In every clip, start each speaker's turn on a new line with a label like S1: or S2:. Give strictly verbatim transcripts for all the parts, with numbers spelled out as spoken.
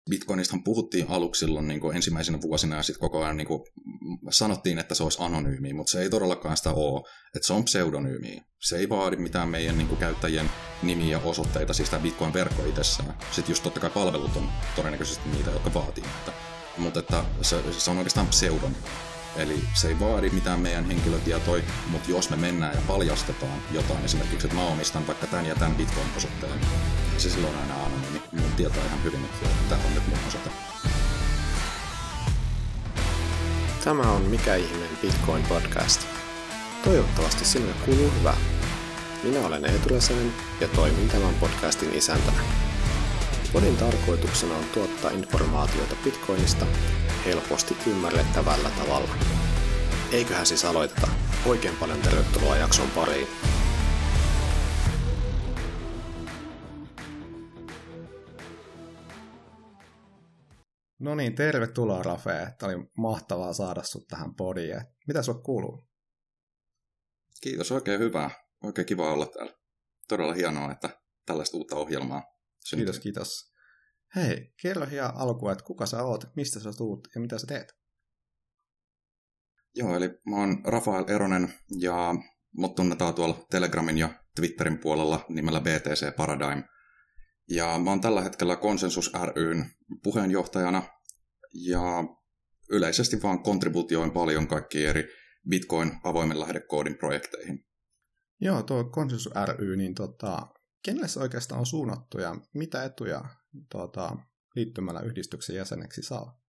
S1: Bitcoinistahan puhuttiin aluksi silloin niin kuin ensimmäisenä vuosina ja sitten koko ajan niin kuin sanottiin, että se olisi anonyymiä, mutta se ei todellakaan sitä ole, että se on pseudonyymiä. Se ei vaadi mitään meidän niin kuin käyttäjien nimiä ja osoitteita, siis tämä Bitcoin-verkko itsessään. Sitten just totta kai palvelut on todennäköisesti niitä, jotka vaatii näitä. Mutta että se, se on oikeastaan pseudonyymi. Eli se ei vaadi mitään meidän henkilötietoja, mutta jos me mennään ja paljastetaan jotain, esimerkiksi, että mä omistan vaikka tämän ja tämän Bitcoin-osoitteen, niin se silloin on aina anonyymi. Mun tietää ihan hyvin, että tämä on nyt mun osoite.
S2: Tämä on Mikä ihmeen Bitcoin podcast. Toivottavasti sinulle kuuluu hyvää. Minä olen Eetu Räsänen ja toimin tämän podcastin isäntänä. Podin tarkoituksena on tuottaa informaatiota Bitcoinista helposti ymmärrettävällä tavalla. Eiköhän siis aloiteta. Oikein paljon tervetuloa jakson pariin.
S3: No niin, tervetuloa Rafe. Tämä oli mahtavaa saada sut tähän podiin. Mitä sulle kuuluu?
S1: Kiitos, oikein hyvää. Oikein kiva olla täällä. Todella hienoa, että tällaista uutta ohjelmaa syntyy.
S3: Kiitos, kiitos. Hei, kerro ihan alkuun, että kuka sä oot, mistä sä tuut ja mitä sä teet?
S1: Joo, eli mä oon Rafael Eronen ja mut tunnetaan tuolla Telegramin ja Twitterin puolella nimellä B T C Paradigm. Ja mä oon tällä hetkellä Consensus ry:n puheenjohtajana ja yleisesti vaan kontributioin paljon kaikkiin eri Bitcoin avoimen lähdekoodin projekteihin.
S3: Joo, tuo Consensus ry, niin tota, kenelle se oikeastaan on suunnattu ja mitä etuja tuota, liittymällä yhdistyksen jäseneksi saa?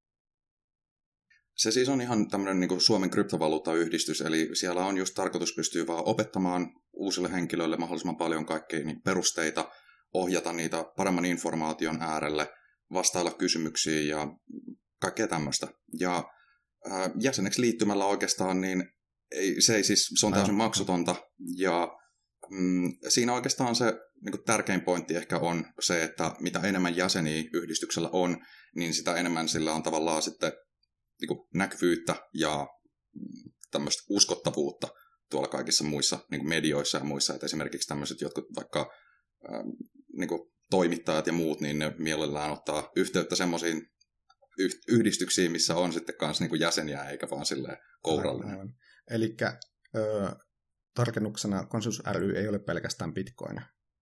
S1: Se siis on ihan tämmöinen niin kuin Suomen kryptovaluuttayhdistys, eli siellä on just tarkoitus pystyä vaan opettamaan uusille henkilöille mahdollisimman paljon kaikkia niin perusteita, ohjata niitä paremman informaation äärelle, vastailla kysymyksiin ja kaikkea tämmöistä. Ja ää, jäseneksi liittymällä oikeastaan, niin ei, se, ei siis, se on täysin maksutonta, ja mm, siinä oikeastaan se niin kuin tärkein pointti ehkä on se, että mitä enemmän jäseniä yhdistyksellä on, niin sitä enemmän sillä on tavallaan sitten niin kuin näkyvyyttä ja tämmöistä uskottavuutta tuolla kaikissa muissa niin kuin medioissa ja muissa. Että esimerkiksi tämmöiset jotkut vaikka ää, niin kuin toimittajat ja muut, niin ne mielellään ottaa yhteyttä semmoisiin yhdistyksiin, missä on sitten kanssa niin kuin jäseniä, eikä vaan silleen kourallinen.
S3: Eli tarkennuksena Consensus ry ei ole pelkästään Bitcoin.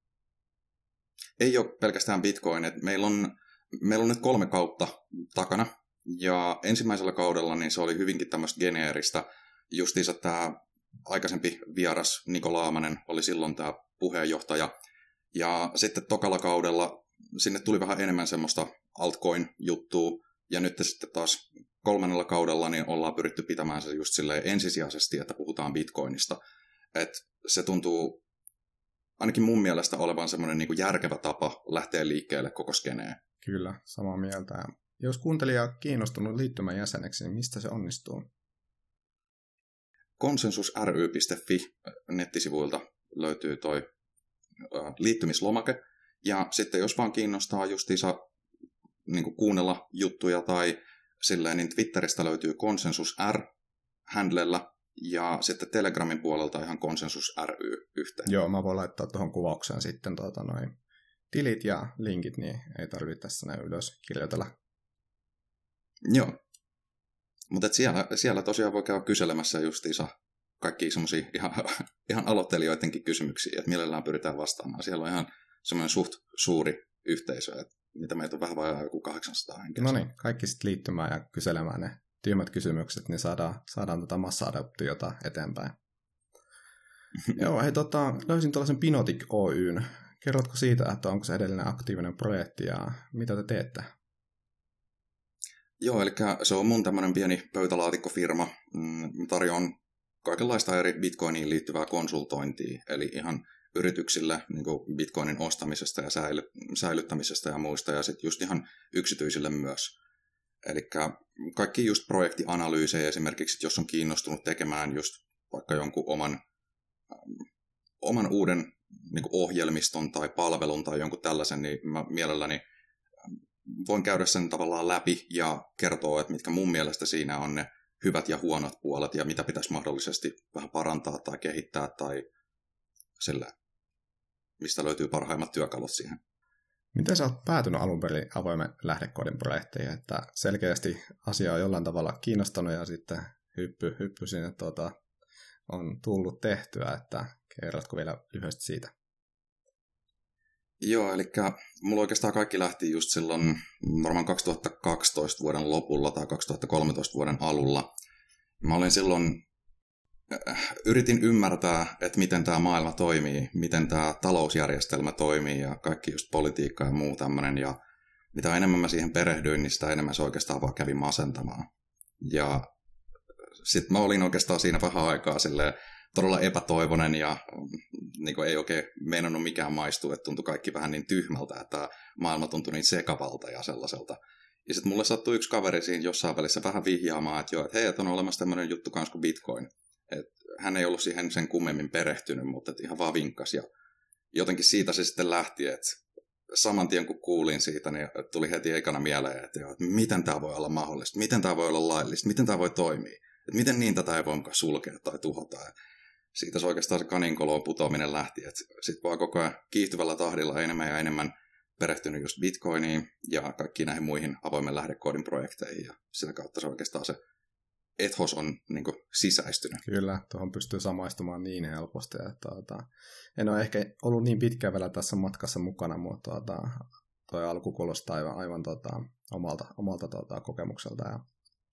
S1: Ei ole pelkästään Bitcoin. Et meillä, on, meillä on nyt kolme kautta takana, ja ensimmäisellä kaudella niin se oli hyvinkin tämmöistä geneeristä. Justiinsa tämä aikaisempi vieras Niko Laamanen oli silloin tämä puheenjohtaja, ja sitten tokalla kaudella sinne tuli vähän enemmän semmoista altcoin-juttua, ja nyt sitten taas kolmannella kaudella niin ollaan pyritty pitämään se just silleen ensisijaisesti, että puhutaan Bitcoinista. Että se tuntuu ainakin mun mielestä olevan semmoinen niin kuin järkevä tapa lähteä liikkeelle koko skeneen.
S3: Kyllä, samaa mieltä. Jos kuuntelija on kiinnostunut liittymään jäseneksi, niin mistä se onnistuu?
S1: consensus ry piste fi nettisivuilta löytyy toi liittymislomake. Ja sitten jos vaan kiinnostaa justiinsa niin kuin kuunnella juttuja tai silleen, niin Twitteristä löytyy Consensus R handlella ja sitten Telegramin puolelta ihan Consensus ry yhteen.
S3: Joo, mä voin laittaa tuohon kuvaukseen sitten tuota, noin tilit ja linkit, niin ei tarvitse tässä näin ylös kirjoitella.
S1: Joo, mutta siellä, siellä tosiaan voi käydä kyselemässä justiinsa kaikkia semmoisia ihan, ihan aloittelijoidenkin kysymyksiä, että mielellään pyritään vastaamaan. Siellä on ihan semmoinen suht suuri yhteisö, että mitä meitä on vähän vajaa joku kahdeksansataa henkilöä.
S3: No niin, kaikki sitten liittymään ja kyselemään ne tyhmät kysymykset, niin saadaan, saadaan tätä massa-adoptiota eteenpäin. Joo, hei tota, löysin tuollaisen Pinotic Oyn. Kerrotko siitä, että onko se edellinen aktiivinen projekti ja mitä te teette?
S1: Joo, eli se on mun tämmöinen pieni pöytälaatikkofirma. Mä tarjoan kaikenlaista eri Bitcoiniin liittyvää konsultointia, eli ihan yrityksille niin kuin Bitcoinin ostamisesta ja säily- säilyttämisestä ja muista, ja sitten just ihan yksityisille myös. Eli kaikki just projektianalyysejä esimerkiksi, jos on kiinnostunut tekemään just vaikka jonkun oman, ähm, oman uuden niin kuin ohjelmiston tai palvelun tai jonkun tällaisen, niin mä mielelläni voin käydä sen tavallaan läpi ja kertoa, että mitkä mun mielestä siinä on ne hyvät ja huonot puolet ja mitä pitäisi mahdollisesti vähän parantaa tai kehittää tai sillä, mistä löytyy parhaimmat työkalut siihen.
S3: Miten sä oot päätynyt alun perin avoimen lähdekoodin projekteihin, että selkeästi asia on jollain tavalla kiinnostanut ja sitten hyppy, hyppy sinne tuota, on tullut tehtyä, että kerrotko vielä lyhyesti siitä?
S1: Joo, eli mulla oikeastaan kaikki lähti just silloin varmaan kaksituhattakaksitoista vuoden lopulla tai kaksituhattakolmetoista vuoden alulla. Mä olin silloin, yritin ymmärtää, että miten tämä maailma toimii, miten tämä talousjärjestelmä toimii ja kaikki just politiikka ja muu tämmöinen. Ja mitä enemmän mä siihen perehdyin, niin sitä enemmän se oikeastaan vaan kävi masentamaan. Ja sitten mä olin oikeastaan siinä vähän aikaa silleen todella epätoivoinen ja niin kuin ei oikein meinannut mikään maistua, että tuntui kaikki vähän niin tyhmältä, että maailma tuntui niin sekavalta ja sellaiselta. Ja sitten mulle sattui yksi kaveri siinä jossain välissä vähän vihjaamaan, että joo, että hei, että on olemassa tämmöinen juttu kanssa kuin Bitcoin. Et hän ei ollut siihen sen kummemmin perehtynyt, mutta et ihan vaan vinkkasi. Ja jotenkin siitä se sitten lähti, että saman tien kun kuulin siitä, niin tuli heti ekana mieleen, että, joo, että miten tämä voi olla mahdollista, miten tämä voi olla laillista, miten tämä voi toimia, että miten niin tätä ei voi mukaan sulkea tai tuhota. Et siitä se oikeastaan se kaninkoloon putoaminen lähti, että sitten vaan koko ajan kiihtyvällä tahdilla enemmän ja enemmän perehtynyt just Bitcoiniin ja kaikkiin näihin muihin avoimen lähdekoodin projekteihin ja sitä kautta se oikeastaan se ethos on niin kuin sisäistynyt.
S3: Kyllä, tuohon pystyy samaistumaan niin helposti. Että, tuota, en ole ehkä ollut niin pitkään vielä tässä matkassa mukana, mutta tuota, tuo alku kuulostaa aivan, aivan tuota, omalta, omalta tuota, kokemukselta. Ja...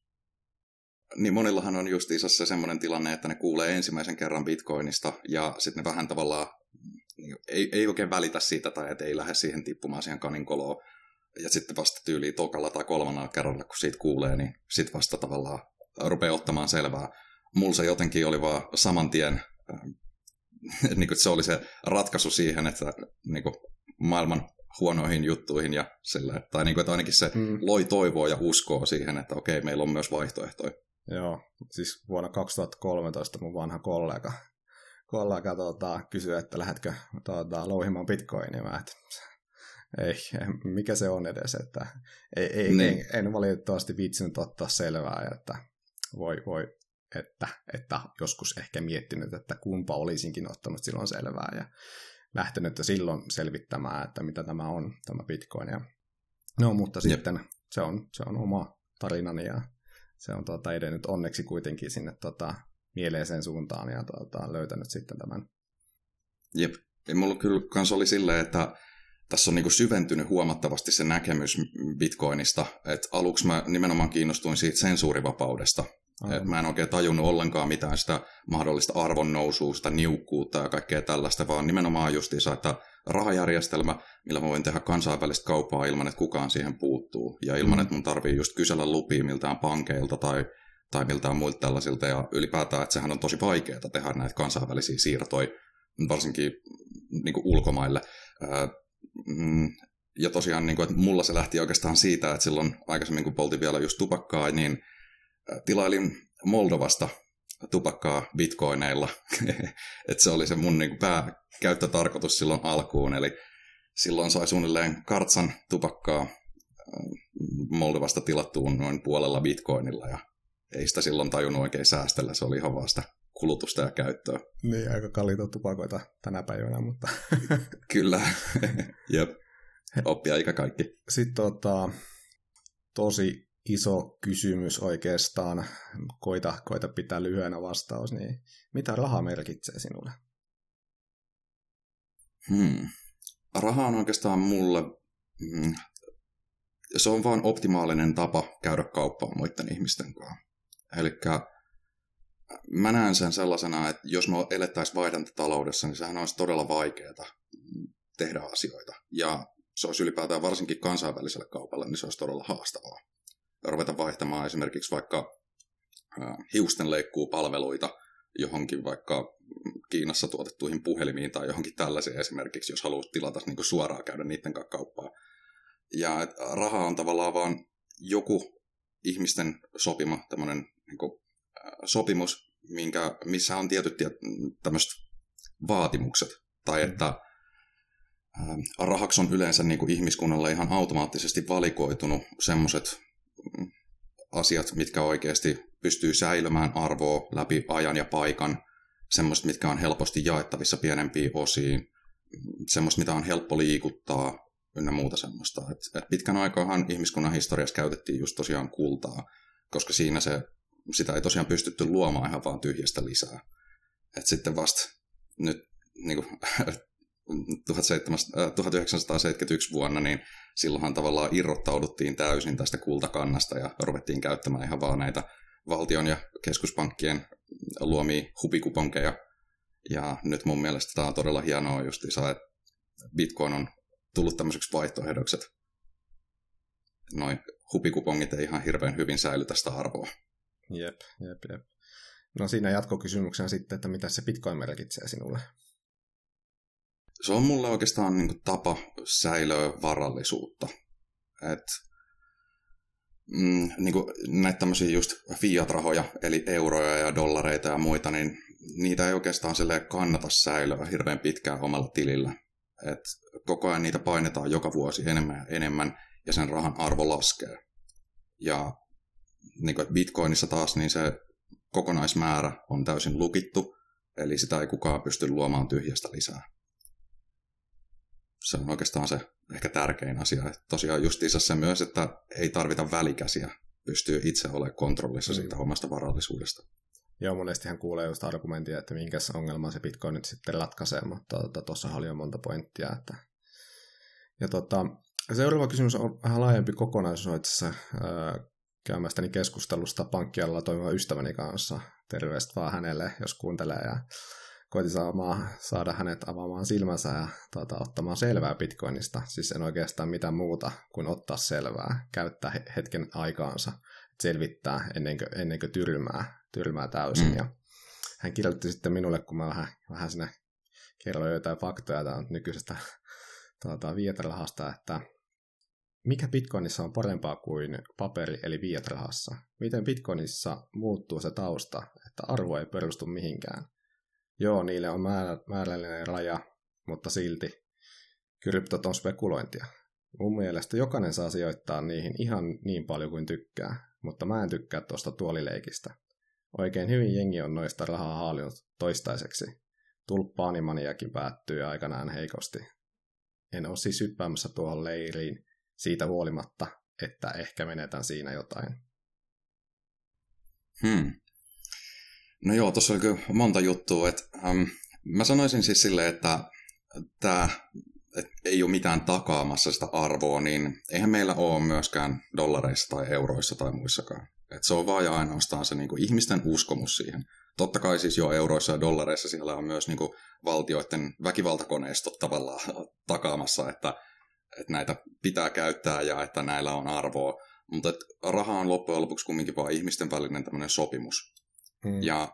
S1: Niin monillahan on justiinsa se semmoinen tilanne, että ne kuulee ensimmäisen kerran Bitcoinista ja sitten ne vähän tavallaan niin ei, ei oikein välitä siitä tai et ei lähde siihen tippumaan siihen kaninkoloon. Ja sitten vasta tyyliin tokalla tai kolmannella kerralla, kun siitä kuulee, niin sitten vasta tavallaan rupeaa ottamaan selvää. Mulla se jotenkin oli vaan saman tien, äh, niin kuin se oli se ratkaisu siihen, että niin kuin maailman huonoihin juttuihin, ja sillä, tai niin kuin, että ainakin se mm. loi toivoa ja uskoa siihen, että okei, meillä on myös vaihtoehtoja.
S3: Joo, siis vuonna kaksituhattakolmetoista mun vanha kollega, kollega tuota, kysyi, että lähdetkö tuota, louhimaan Bitcoinia, mä että ei, mikä se on edes, että ei, ei, niin. en, en valitettavasti viitsinyt ottaa selvää, että voi, voi että, että joskus ehkä miettinyt, että kumpa olisinkin ottanut silloin selvää ja lähtenyt silloin selvittämään, että mitä tämä on, tämä Bitcoin. Ja, no, mutta Jep. sitten se on, se on oma tarinani ja se on tuota, edennyt onneksi kuitenkin sinne tuota, mieleiseen suuntaan ja tuota, löytänyt sitten tämän.
S1: Jep, ja mulla kyllä kans oli silleen, että tässä on niinku syventynyt huomattavasti se näkemys Bitcoinista, että aluksi mä nimenomaan kiinnostuin siitä sensuurivapaudesta. Et mä en oikein tajunnut ollenkaan mitään sitä mahdollista arvonnousua, sitä niukkuutta ja kaikkea tällaista, vaan nimenomaan justiinsa, että rahajärjestelmä, millä mä voin tehdä kansainvälistä kauppaa ilman, että kukaan siihen puuttuu. Ja ilman, mm. että mun tarvii just kysellä lupia miltään pankeilta tai, tai miltään muilta tällaisilta. Ja ylipäätään, että sehän on tosi vaikeaa tehdä näitä kansainvälisiä siirtoja, varsinkin niin kuin ulkomaille. Ja tosiaan, niin kuin, että mulla se lähti oikeastaan siitä, että silloin aikaisemmin, kun poltin vielä just tupakkaa, niin tilailin Moldovasta tupakkaa bitcoineilla. Että se oli se mun niin kuin pääkäyttötarkoitus silloin alkuun. Eli silloin sai suunnilleen kartsan tupakkaa Moldovasta tilattuun noin puolella bitcoinilla. Ja ei sitä silloin tajunnut oikein säästellä. Se oli ihan vaan sitä kulutusta ja käyttöä.
S3: Niin, aika kalliita tupakoita tänä päivänä, mutta...
S1: Kyllä. Jep. Oppia eikä kaikki.
S3: Sitten tota, tosi iso kysymys oikeastaan, koita, koita pitää lyhyenä vastaus, niin mitä raha merkitsee sinulle?
S1: Hmm. Raha on oikeastaan mulle, mm, se on vaan optimaalinen tapa käydä kauppaa muiden ihmisten kanssa. Elikkä mä näen sen sellaisena, että jos me elettäisiin vaihdantataloudessa, niin sehän olisi todella vaikeaa tehdä asioita. Ja se olisi ylipäätään varsinkin kansainväliselle kaupalle, niin se olisi todella haastavaa. Ruveta vaihtamaan esimerkiksi vaikka hiustenleikkuupalveluita johonkin vaikka Kiinassa tuotettuihin puhelimiin tai johonkin tällaisiin esimerkiksi, jos haluat tilata niin kuin suoraan käydä niiden kanssa kauppaa. Ja raha on tavallaan vaan joku ihmisten sopima tämmöinen niin kuin sopimus, minkä, missä on tietyt tämmöiset vaatimukset. Tai että rahaksi on yleensä niin kuin ihmiskunnalle ihan automaattisesti valikoitunut semmoiset asiat, mitkä oikeasti pystyy säilymään arvoa läpi ajan ja paikan, semmoiset, mitkä on helposti jaettavissa pienempiin osiin, semmoista, mitä on helppo liikuttaa, ynnä muuta semmoista. Et, et pitkän aikaahan ihmiskunnan historiassa käytettiin just tosiaan kultaa, koska siinä se, sitä ei tosiaan pystytty luomaan ihan vaan tyhjästä lisää. Et sitten vasta nyt niin kuin, tuhatyhdeksänsataaseitsemänkymmentäyksi vuonna, niin silloinhan tavallaan irrottauduttiin täysin tästä kultakannasta ja ruvettiin käyttämään ihan vaan näitä valtion ja keskuspankkien luomia hupikuponkeja. Ja nyt mun mielestä tämä on todella hienoa justiinsa, että Bitcoin on tullut tämmöiseksi vaihtoehdoksi, että noi hupikupongit ei ihan hirveän hyvin säilytä sitä arvoa.
S3: Jep, jep, jep. No siinä jatkokysymyksenä sitten, että mitä se Bitcoin merkitsee sinulle?
S1: Se on mulle oikeastaan niin kuin tapa säilöä varallisuutta. Et, mm, niin kuin näitä tämmöisiä just fiat-rahoja, eli euroja ja dollareita ja muita, niin niitä ei oikeastaan silleen kannata säilöä hirveän pitkään omalla tilillä. Et koko ajan niitä painetaan joka vuosi enemmän ja enemmän, ja sen rahan arvo laskee. Ja niin kuin Bitcoinissa taas, niin se kokonaismäärä on täysin lukittu, eli sitä ei kukaan pysty luomaan tyhjästä lisää. Se on oikeastaan se ehkä tärkein asia. Et tosiaan justiinsa se myös, että ei tarvita välikäsiä, pystyy itse olemaan kontrollissa siitä mm. omasta varallisuudesta.
S3: Joo, monestihan kuulee just argumentia, että minkä ongelman se Bitcoin nyt sitten ratkaisee, mutta tuossa oli jo monta pointtia. Että... Ja tota, seuraava kysymys on vähän laajempi kokonaisuus itse asiassa käymästäni keskustelusta pankkialalla toimivan ystäväni kanssa. Terveistä vaan hänelle, jos kuuntelee, ja koitin saamaan, saada hänet avaamaan silmänsä ja tuota, ottamaan selvää Bitcoinista. Siis en oikeastaan mitään muuta kuin ottaa selvää, käyttää hetken aikaansa, selvittää ennen kuin, ennen kuin tyrmää, tyrmää täysin. Mm. Ja hän kirjoitti sitten minulle, kun mä vähän, vähän sinne kerroin jotain faktoja tämän nykyisestä tuota, fiat-rahasta, että mikä Bitcoinissa on parempaa kuin paperi eli fiat-rahassa? Miten Bitcoinissa muuttuu se tausta, että arvo ei perustu mihinkään? Joo, niille on määrä, määrällinen raja, mutta silti kryptot on spekulointia. Mun mielestä jokainen saa sijoittaa niihin ihan niin paljon kuin tykkää, mutta mä en tykkää tuosta tuolileikistä. Oikein hyvin jengi on noista rahaa haalinut toistaiseksi. Tulppaanimaniakin päättyy aikanaan heikosti. En ole siis hyppäämässä tuohon leiriin siitä huolimatta, että ehkä menetän siinä jotain.
S1: Hmm. No joo, tuossa oli kyllä monta juttua. Että, ähm, mä sanoisin siis silleen, että tämä ei ole mitään takaamassa sitä arvoa, niin eihän meillä ole myöskään dollareissa tai euroissa tai muissakaan. Et se on vaan ja ainoastaan se niinku ihmisten uskomus siihen. Totta kai siis jo euroissa ja dollareissa siellä on myös niinku valtioiden väkivaltakoneistot tavallaan takaamassa, että, että näitä pitää käyttää ja että näillä on arvoa. Mutta raha on loppujen lopuksi kumminkin vaan ihmisten välinen tämmöinen sopimus. Hmm. Ja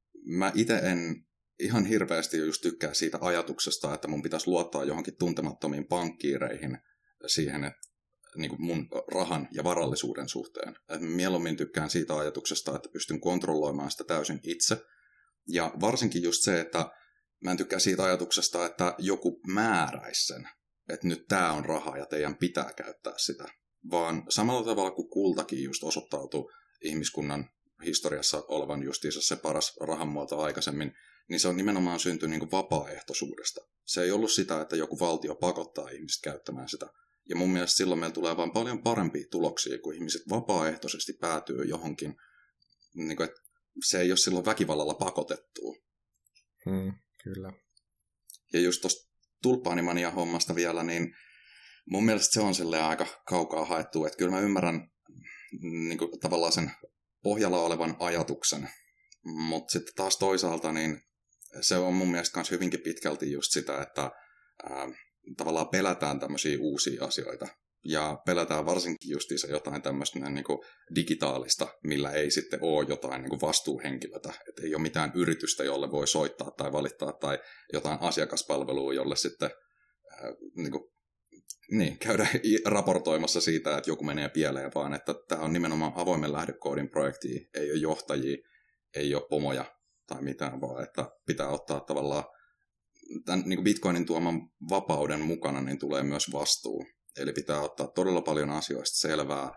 S1: mä itse en ihan hirveästi just tykkää siitä ajatuksesta, että mun pitäisi luottaa johonkin tuntemattomiin pankkiireihin siihen, että niin kuin mun rahan ja varallisuuden suhteen. Et mieluummin tykkään siitä ajatuksesta, että pystyn kontrolloimaan sitä täysin itse. Ja varsinkin just se, että mä en tykkää siitä ajatuksesta, että joku määräisi sen, että nyt tää on raha ja teidän pitää käyttää sitä. Vaan samalla tavalla kuin kultakin just osoittautuu ihmiskunnan historiassa olevan justiinsa se paras rahanmuoto aikaisemmin, niin se on nimenomaan syntynyt niin kuin vapaaehtoisuudesta. Se ei ollut sitä, että joku valtio pakottaa ihmiset käyttämään sitä. Ja mun mielestä silloin meillä tulee vaan paljon parempia tuloksia, kun ihmiset vapaaehtoisesti päätyy johonkin. Niin kuin, että se ei ole silloin väkivallalla pakotettua.
S3: Hmm, kyllä.
S1: Ja just tuosta tulppaanimania hommasta vielä, niin mun mielestä se on silleen aika kaukaa haettu. Että kyllä mä ymmärrän niin kuin, tavallaan sen pohjalla olevan ajatuksen. Mutta sitten taas toisaalta niin se on mun mielestä myös hyvinkin pitkälti just sitä, että ää, tavallaan pelätään tämmöisiä uusia asioita. Ja pelätään varsinkin justiinsa jotain tämmöistä niin kuin digitaalista, millä ei sitten ole jotain niin kuin vastuuhenkilötä. Että ei ole mitään yritystä, jolle voi soittaa tai valittaa, tai jotain asiakaspalvelua, jolle sitten ää, niin kuin, niin, käydä raportoimassa siitä, että joku menee pieleen, vaan että tämä on nimenomaan avoimen lähdekoodin projekti, ei ole johtajia, ei ole pomoja tai mitään, vaan että pitää ottaa tavallaan tämän niin kuin Bitcoinin tuoman vapauden mukana, niin tulee myös vastuu. Eli pitää ottaa todella paljon asioista selvää,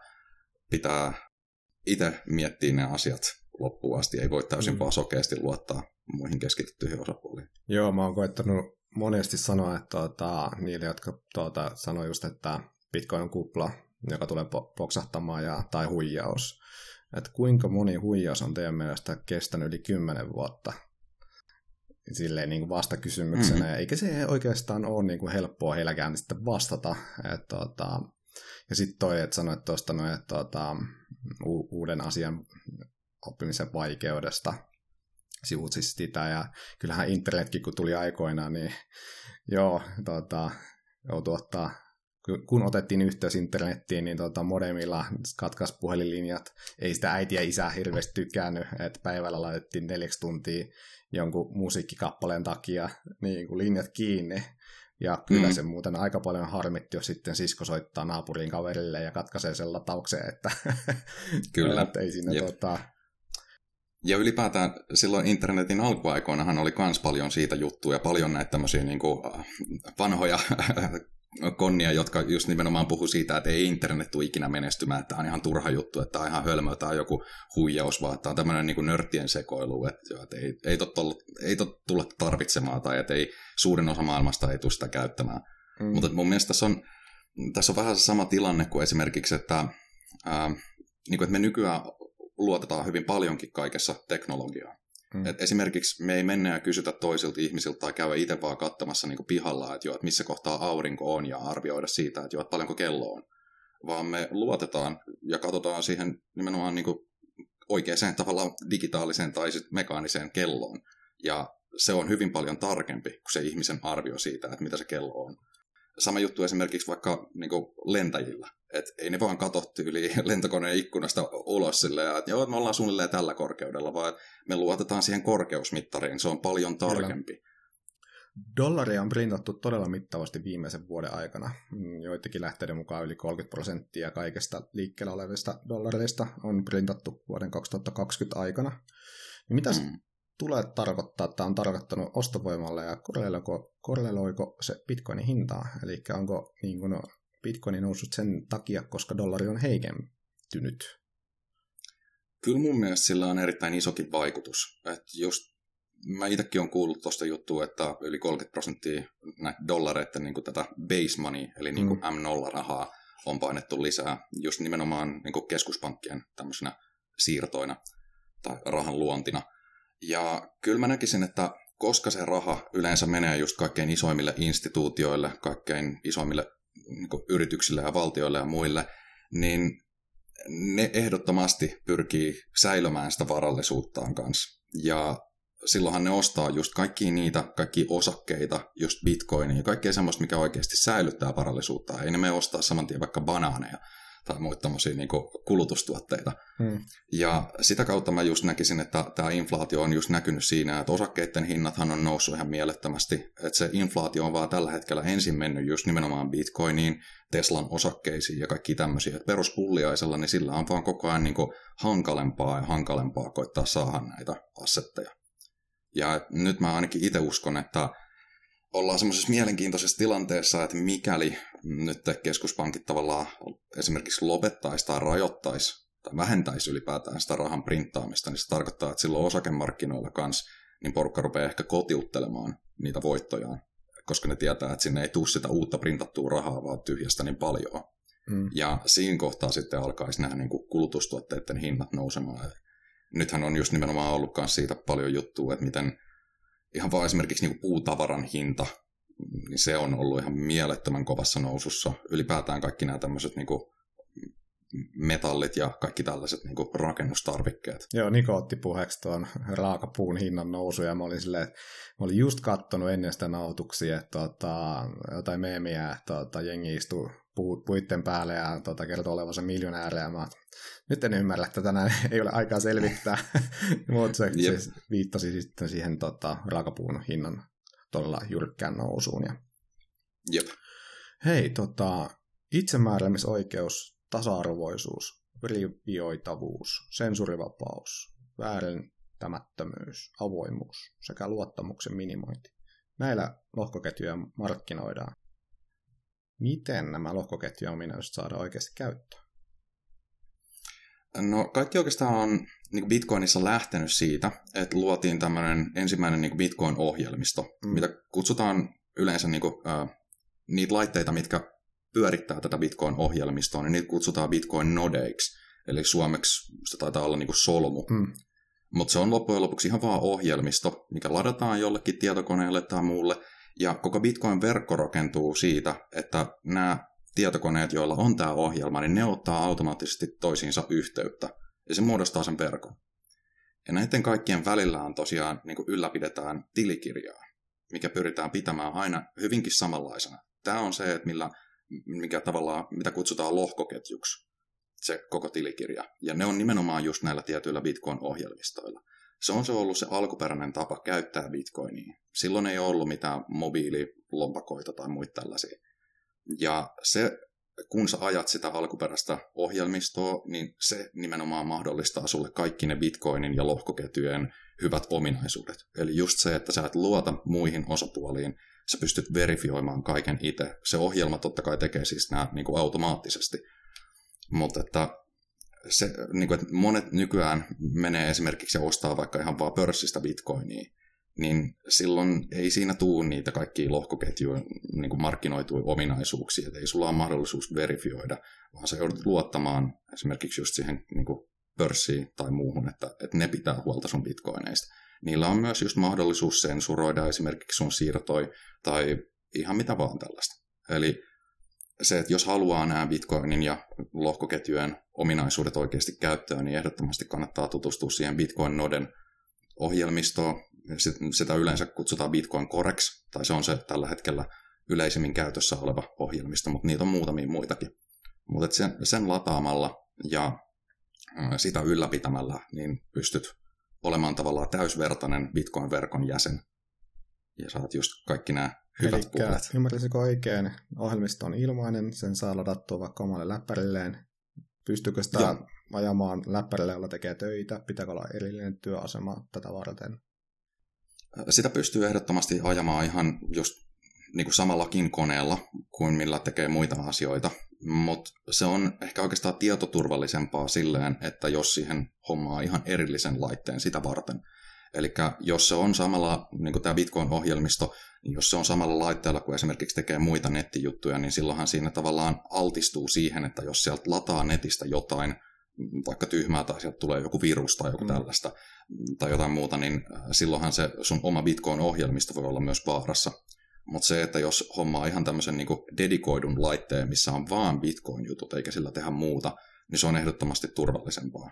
S1: pitää itse miettiä ne asiat loppuun asti, ei voi täysin mm. vaan sokeasti luottaa muihin keskityttyihin osapuoliin.
S3: Joo, mä oon koettanut monesti sanoa, että tuota, niille, jotka tuota, sanoo just, että Bitcoin on kupla, joka tulee poksahtamaan, ja, tai huijaus. Että kuinka moni huijaus on teidän mielestä kestänyt yli kymmenen vuotta? Silleen niin kuin vastakysymyksenä, mm-hmm. eikä se oikeastaan ole niin kuin helppoa heilläkään sitten vastata. Et, tuota, ja sitten toi, että sanoit tuosta noin, että tuota, u- uuden asian oppimisen vaikeudesta, sivut siis sitä, ja kyllähän internetkin, kun tuli aikoinaan, niin joo, tuota, joutui ottaa, kun otettiin yhteys internettiin, niin tuota, modemilla katkaisi puhelinlinjat, ei sitä äitiä ja isää hirveästi tykännyt, että päivällä laitettiin neljäksi tuntia jonkun musiikkikappaleen takia niin kuin linjat kiinni, ja kyllä mm. se muuten aika paljon harmitti, jos sitten sisko soittaa naapurin kaverille ja katkaisee sen lataukseen, että
S1: kyllä,
S3: että ei siinä tota...
S1: Ja ylipäätään silloin internetin alkuaikoinahan oli myös paljon siitä juttuja, paljon näitä tämmöisiä niin kuin vanhoja konnia, jotka just nimenomaan puhuu siitä, että ei internet tule ikinä menestymään, että tämä on ihan turha juttu, että tämä on ihan hölmö, tämä on joku huijaus, vaan tämä on tämmöinen niin kuin nörttien sekoilu, että, että ei, ei totta tulla tarvitsemaan tai että ei, suurin osa maailmasta ei tule sitä käyttämään. Mm. Mutta mun mielestä tässä on, tässä on vähän se sama tilanne kuin esimerkiksi, että, ää, niin kuin, että me nykyään luotetaan hyvin paljonkin kaikessa teknologiaan. Mm. Et esimerkiksi me ei mennä ja kysytä toisilta ihmisiltä tai käydä itse vaan katsomassa niin kuin pihalla, että, jo, että missä kohtaa aurinko on ja arvioida siitä, että, jo, että paljonko kello on. Vaan me luotetaan ja katsotaan siihen nimenomaan niin kuin oikeaan tavallaan digitaaliseen tai sit mekaaniseen kelloon. Ja se on hyvin paljon tarkempi kuin se ihmisen arvio siitä, että mitä se kello on. Sama juttu esimerkiksi vaikka niin kuin lentäjillä. Et ei ne vaan katso yli lentokoneen ikkunasta ulos silleen, että joo, me ollaan suunnilleen tällä korkeudella, vaan me luotetaan siihen korkeusmittariin. Se on paljon tarkempi.
S3: Dollaria on printattu todella mittavasti viimeisen vuoden aikana. Joitakin lähteiden mukaan yli kolmekymmentä prosenttia kaikesta liikkeellä olevista dollareista on printattu vuoden kaksituhattakaksikymmentä aikana. Ja mitä mm. tulee tarkoittaa, että on tarkoittanut ostovoimalle ja korreloiko, korreloiko se bitcoinin hintaa? Eli onko niin kuin, bitcoini noussut sen takia, koska dollari on heikentynyt?
S1: Kyllä mun mielestä sillä on erittäin isokin vaikutus. Että just, mä itsekin olen kuullut tuosta juttua, että yli kolmekymmentä prosenttia näitä dollareiden niin kuin tätä base money, eli niin kuin mm. M nolla rahaa on painettu lisää just nimenomaan niin kuin keskuspankkien tämmöisenä siirtoina tai rahan luontina. Ja kyllä mä näkisin, että koska se raha yleensä menee just kaikkein isoimmille instituutioille, kaikkein isoimmille niin kuin yrityksille ja valtioille ja muille, niin ne ehdottomasti pyrkii säilömään sitä varallisuuttaan kanssa. Ja silloinhan ne ostaa just kaikkia niitä, kaikkia osakkeita, just bitcoinia ja kaikkea semmoista, mikä oikeasti säilyttää varallisuutta. Ei ne mene ostaa saman tien vaikka banaaneja tai muita tämmöisiä niin kuin kulutustuotteita. Hmm. Ja sitä kautta mä just näkisin, että tämä inflaatio on just näkynyt siinä, että osakkeiden hinnathan on noussut ihan mielettömästi. Että se inflaatio on vaan tällä hetkellä ensin mennyt just nimenomaan bitcoiniin, Teslan osakkeisiin ja kaikki tämmöisiä. Että peruspulliaisella, niin sillä on vaan koko ajan niin kuin hankalempaa ja hankalempaa koittaa saada näitä assetteja. Ja nyt mä ainakin itse uskon, että ollaan semmoisessa mielenkiintoisessa tilanteessa, että mikäli nyt keskuspankit tavallaan esimerkiksi lopettaisi tai rajoittaisi tai vähentäisi ylipäätään sitä rahan printtaamista, niin se tarkoittaa, että silloin osakemarkkinoilla kanssa niin porukka rupeaa ehkä kotiuttelemaan niitä voittojaan, koska ne tietää, että sinne ei tule sitä uutta printattua rahaa, vaan tyhjästä niin paljon. Mm. Ja siinä kohtaa sitten alkaisi nämä niin kuin kulutustuotteiden hinnat nousemaan. Nythän on just nimenomaan ollut myös siitä paljon juttua, että miten ihan vaan esimerkiksi niin kuin puutavaran hinta, niin se on ollut ihan mielettömän kovassa nousussa. Ylipäätään kaikki nämä tämmöiset niin kuin metallit ja kaikki tällaiset niin kuin rakennustarvikkeet.
S3: Joo, Niko otti puheeksi tuon raakapuun hinnan nousu, ja mä olin silleen, että mä olin just kattonut ennen sitä nautuksia, että tota, jotain meemiä, että tota, jengi istuu puitten päälle ja tota, kertoo olevansa miljonääri, ja mä nyt en ymmärrä, että tänään ei ole aikaa selvittää, mutta se, se viittasi sitten siihen tota, raakapuun hinnan todella jyrkkään nousuun. Ja...
S1: Jep.
S3: Hei, tota, itsemääräämisoikeus, tasa-arvoisuus, verifioitavuus, sensuurivapaus, väärentämättömyys, avoimuus sekä luottamuksen minimointi. Näillä lohkoketjuja markkinoidaan. Miten nämä lohkoketjujen ominaisuudet saadaan oikeasti käyttöön?
S1: No kaikki oikeastaan on niin Bitcoinissa lähtenyt siitä, että luotiin tämmöinen ensimmäinen niin Bitcoin-ohjelmisto, mm. mitä kutsutaan yleensä niin kuin, äh, niitä laitteita, mitkä pyörittää tätä Bitcoin-ohjelmistoa, niin niitä kutsutaan Bitcoin-nodeiksi. Eli suomeksi se taitaa olla niin kuin solmu. Mm. Mutta se on loppujen lopuksi ihan vaan ohjelmisto, mikä ladataan jollekin tietokoneelle tai muulle. Ja koko Bitcoin-verkko rakentuu siitä, että nämä tietokoneet, joilla on tämä ohjelma, niin ne ottaa automaattisesti toisiinsa yhteyttä. Ja se muodostaa sen verkon. Ja näiden kaikkien välillä on tosiaan niin kuin ylläpidetään tilikirjaa, mikä pyritään pitämään aina hyvinkin samanlaisena. Tämä on se, että millä, mikä tavallaan, mitä kutsutaan lohkoketjuksi, se koko tilikirja. Ja ne on nimenomaan just näillä tietyillä Bitcoin-ohjelmistoilla. Se on se ollut se alkuperäinen tapa käyttää Bitcoinia. Silloin ei ollut mitään mobiililompakoita tai muita tällaisia. Ja se, kun sä ajat sitä alkuperäistä ohjelmistoa, niin se nimenomaan mahdollistaa sulle kaikki ne Bitcoinin ja lohkoketjujen hyvät ominaisuudet. Eli just se, että sä et luota muihin osapuoliin, sä pystyt verifioimaan kaiken itse. Se ohjelma totta kai tekee siis nämä niin kuin automaattisesti. Mutta että se, niin kuin, että monet nykyään menee esimerkiksi ja ostaa vaikka ihan vaan pörssistä Bitcoinia, niin silloin ei siinä tule niitä kaikkia lohkoketjuja niin kuin markkinoituja ominaisuuksia. Et ei sulla ole mahdollisuus verifioida, vaan sä joudut luottamaan esimerkiksi just siihen niin kuin pörssiin tai muuhun, että, että ne pitää huolta sun bitcoineista. Niillä on myös just mahdollisuus sensuroida esimerkiksi sun siirtoi tai ihan mitä vaan tällaista. Eli se, että jos haluaa nämä Bitcoinin ja lohkoketjujen ominaisuudet oikeasti käyttöön, niin ehdottomasti kannattaa tutustua siihen Bitcoin-noden ohjelmistoon. Sitä yleensä kutsutaan Bitcoin Coreksi, tai se on se tällä hetkellä yleisimmin käytössä oleva ohjelmisto, mutta niitä on muutamia muitakin. Mutta sen, sen lataamalla ja sitä ylläpitämällä, niin pystyt olemaan tavallaan täysvertainen Bitcoin-verkon jäsen. Ja saat just kaikki nämä hyvät
S3: Elikkä,
S1: puolet.
S3: Ymmärtäisikö oikein, ohjelmisto on ilmainen, sen saa ladattua vaikka omalle läppärilleen. Pystyykö sitä ja. ajamaan läppärille, jolla tekee töitä? Pitääkö olla erillinen työasema tätä varten?
S1: Sitä pystyy ehdottomasti ajamaan ihan just niin kuin samallakin koneella kuin millä tekee muita asioita, mutta se on ehkä oikeastaan tietoturvallisempaa silleen, että jos siihen hommaa ihan erillisen laitteen sitä varten. Eli jos se on samalla, niin kuin tämä Bitcoin-ohjelmisto, niin jos se on samalla laitteella kuin esimerkiksi tekee muita nettijuttuja, niin silloinhan siinä tavallaan altistuu siihen, että jos sieltä lataa netistä jotain, vaikka tyhmää tai sieltä tulee joku virus tai joku mm. tällaista tai jotain muuta, niin silloinhan se sun oma Bitcoin-ohjelmisto voi olla myös vaarassa. Mutta se, että jos hommaa ihan tämmöisen niinku dedikoidun laitteen, missä on vaan Bitcoin-jutut eikä sillä tehdä muuta, niin se on ehdottomasti turvallisempaa.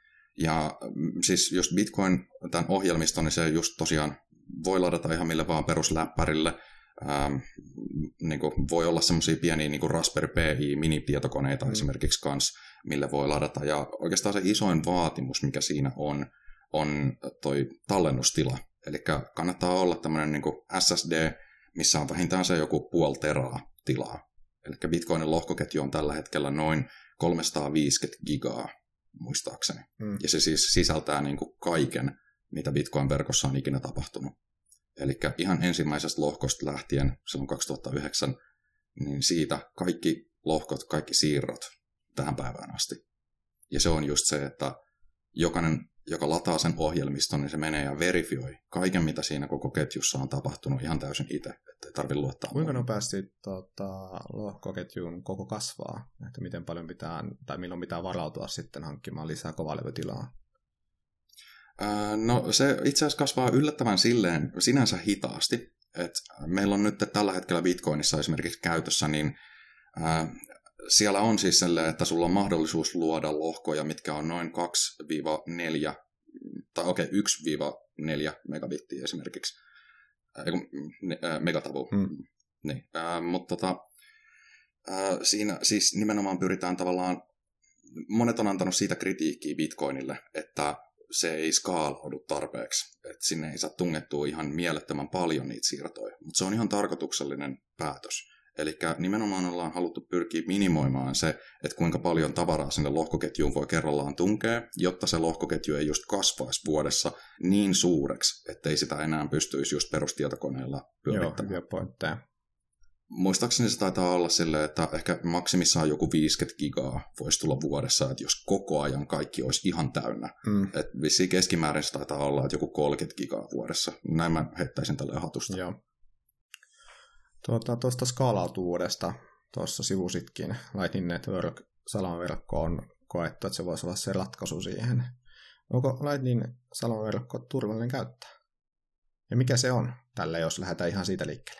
S1: Ja siis just Bitcoin, tämän ohjelmiston, niin se just tosiaan voi ladata ihan mille vaan perusläppärille. Ähm, niin kuin voi olla semmoisia pieniä niin kuin Raspberry Pi minitietokoneita mm. esimerkiksi kanssa, mille voi ladata. Ja oikeastaan se isoin vaatimus, mikä siinä on, on toi tallennustila. Eli kannattaa olla tämmöinen niin kuin S S D, missä on vähintään se joku puoli teraa tilaa. Eli Bitcoinin lohkoketju on tällä hetkellä noin kolmesataaviisikymmentä gigaa, muistaakseni. Mm. Ja se siis sisältää niin kuin kaiken, mitä Bitcoin-verkossa on ikinä tapahtunut. Eli ihan ensimmäisestä lohkosta lähtien, silloin kaksituhattayhdeksän, niin siitä kaikki lohkot, kaikki siirrot tähän päivään asti. Ja se on just se, että jokainen, joka lataa sen ohjelmiston, niin se menee ja verifioi kaiken, mitä siinä koko ketjussa on tapahtunut ihan täysin itse, ettei tarvitse luottaa.
S3: Kuinka nopeasti tota, lohkoketjun koko kasvaa? Että miten paljon pitää, tai milloin pitää varautua sitten hankkimaan lisää kovalevytilaa?
S1: No se itse asiassa kasvaa yllättävän silleen sinänsä hitaasti, että meillä on nyt tällä hetkellä Bitcoinissa esimerkiksi käytössä, niin ää, siellä on siis sellainen, että sulla on mahdollisuus luoda lohkoja, mitkä on noin kaksi neljä, tai okei, okay, yksi neljä megabittiä esimerkiksi, ää, megatavu. Hmm. Niin, ää, mutta tota, ää, siinä siis nimenomaan pyritään tavallaan, monet on antanut siitä kritiikkiä Bitcoinille, että se ei skaalaudu tarpeeksi, että sinne ei saa tungettua ihan mielettömän paljon niitä siirtoja, mutta se on ihan tarkoituksellinen päätös. Eli nimenomaan ollaan haluttu pyrkiä minimoimaan se, että kuinka paljon tavaraa sinne lohkoketjuun voi kerrallaan tunkea, jotta se lohkoketju ei just kasvaisi vuodessa niin suureksi, ettei sitä enää pystyisi just perustietokoneella pyörittämään.
S3: Joo, hyviä pointteja.
S1: Muistaakseni se taitaa olla silleen, että ehkä maksimissaan joku viisikymmentä gigaa voisi tulla vuodessa, että jos koko ajan kaikki olisi ihan täynnä. Mm. Että vissiin keskimäärin se taitaa olla, että joku kolmekymmentä gigaa vuodessa. Näin mä heittäisin tälleen hatusta.
S3: Joo. Tuota, tuosta skaalautuvuudesta tuossa sivusitkin. Lightning Network salamaverkko on koettu, että se voisi olla se ratkaisu siihen. Onko Lightning-salamaverkko turvallinen käyttää? Ja mikä se on tällä, jos lähdetään ihan siitä liikkeelle?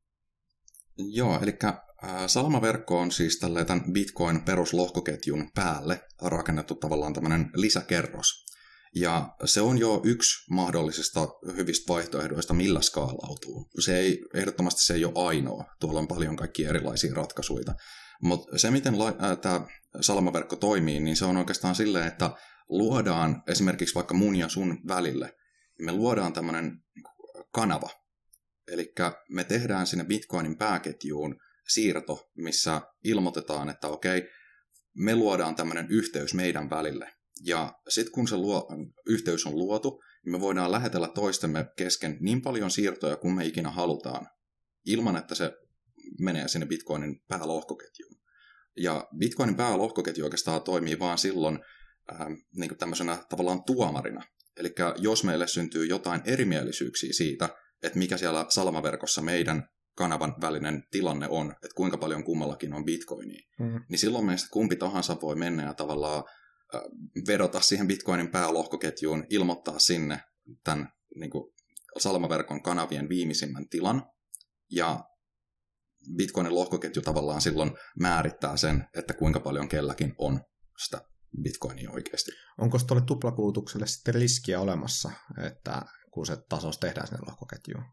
S1: Joo, eli salamaverkko on siis tämän Bitcoin-peruslohkoketjun päälle rakennettu tavallaan tämmöinen lisäkerros. Ja se on jo yksi mahdollisista hyvistä vaihtoehdoista, millä skaalautuu. Se ei, ehdottomasti se ei ole ainoa. Tuolla on paljon kaikkia erilaisia ratkaisuja. Mutta se, miten la- tämä salamaverkko toimii, niin se on oikeastaan silleen, että luodaan esimerkiksi vaikka mun ja sun välille, me luodaan tämmöinen kanava. Eli me tehdään sinne Bitcoinin pääketjuun siirto, missä ilmoitetaan, että okei, me luodaan tämmöinen yhteys meidän välille. Ja sitten kun se luo, yhteys on luotu, niin me voidaan lähetellä toistemme kesken niin paljon siirtoja kuin me ikinä halutaan, ilman että se menee sinne Bitcoinin päälohkoketjuun. Ja Bitcoinin päälohkoketju oikeastaan toimii vaan silloin äh, niin kuin tämmöisenä tavallaan tuomarina. Eli jos meille syntyy jotain erimielisyyksiä siitä, että mikä siellä salamaverkossa meidän kanavan välinen tilanne on, että kuinka paljon kummallakin on bitcoinia, mm. niin silloin meistä kumpi tahansa voi mennä ja tavallaan äh, vedota siihen Bitcoinin päälohkoketjuun, ilmoittaa sinne tämän niin kuin salamaverkon kanavien viimeisimmän tilan, ja Bitcoinin lohkoketju tavallaan silloin määrittää sen, että kuinka paljon kelläkin on sitä bitcoinia oikeasti.
S3: Onko tuolle tuplakulutukselle sitten riskiä olemassa, että kun se tasos tehdään sinne lohkoketjuun?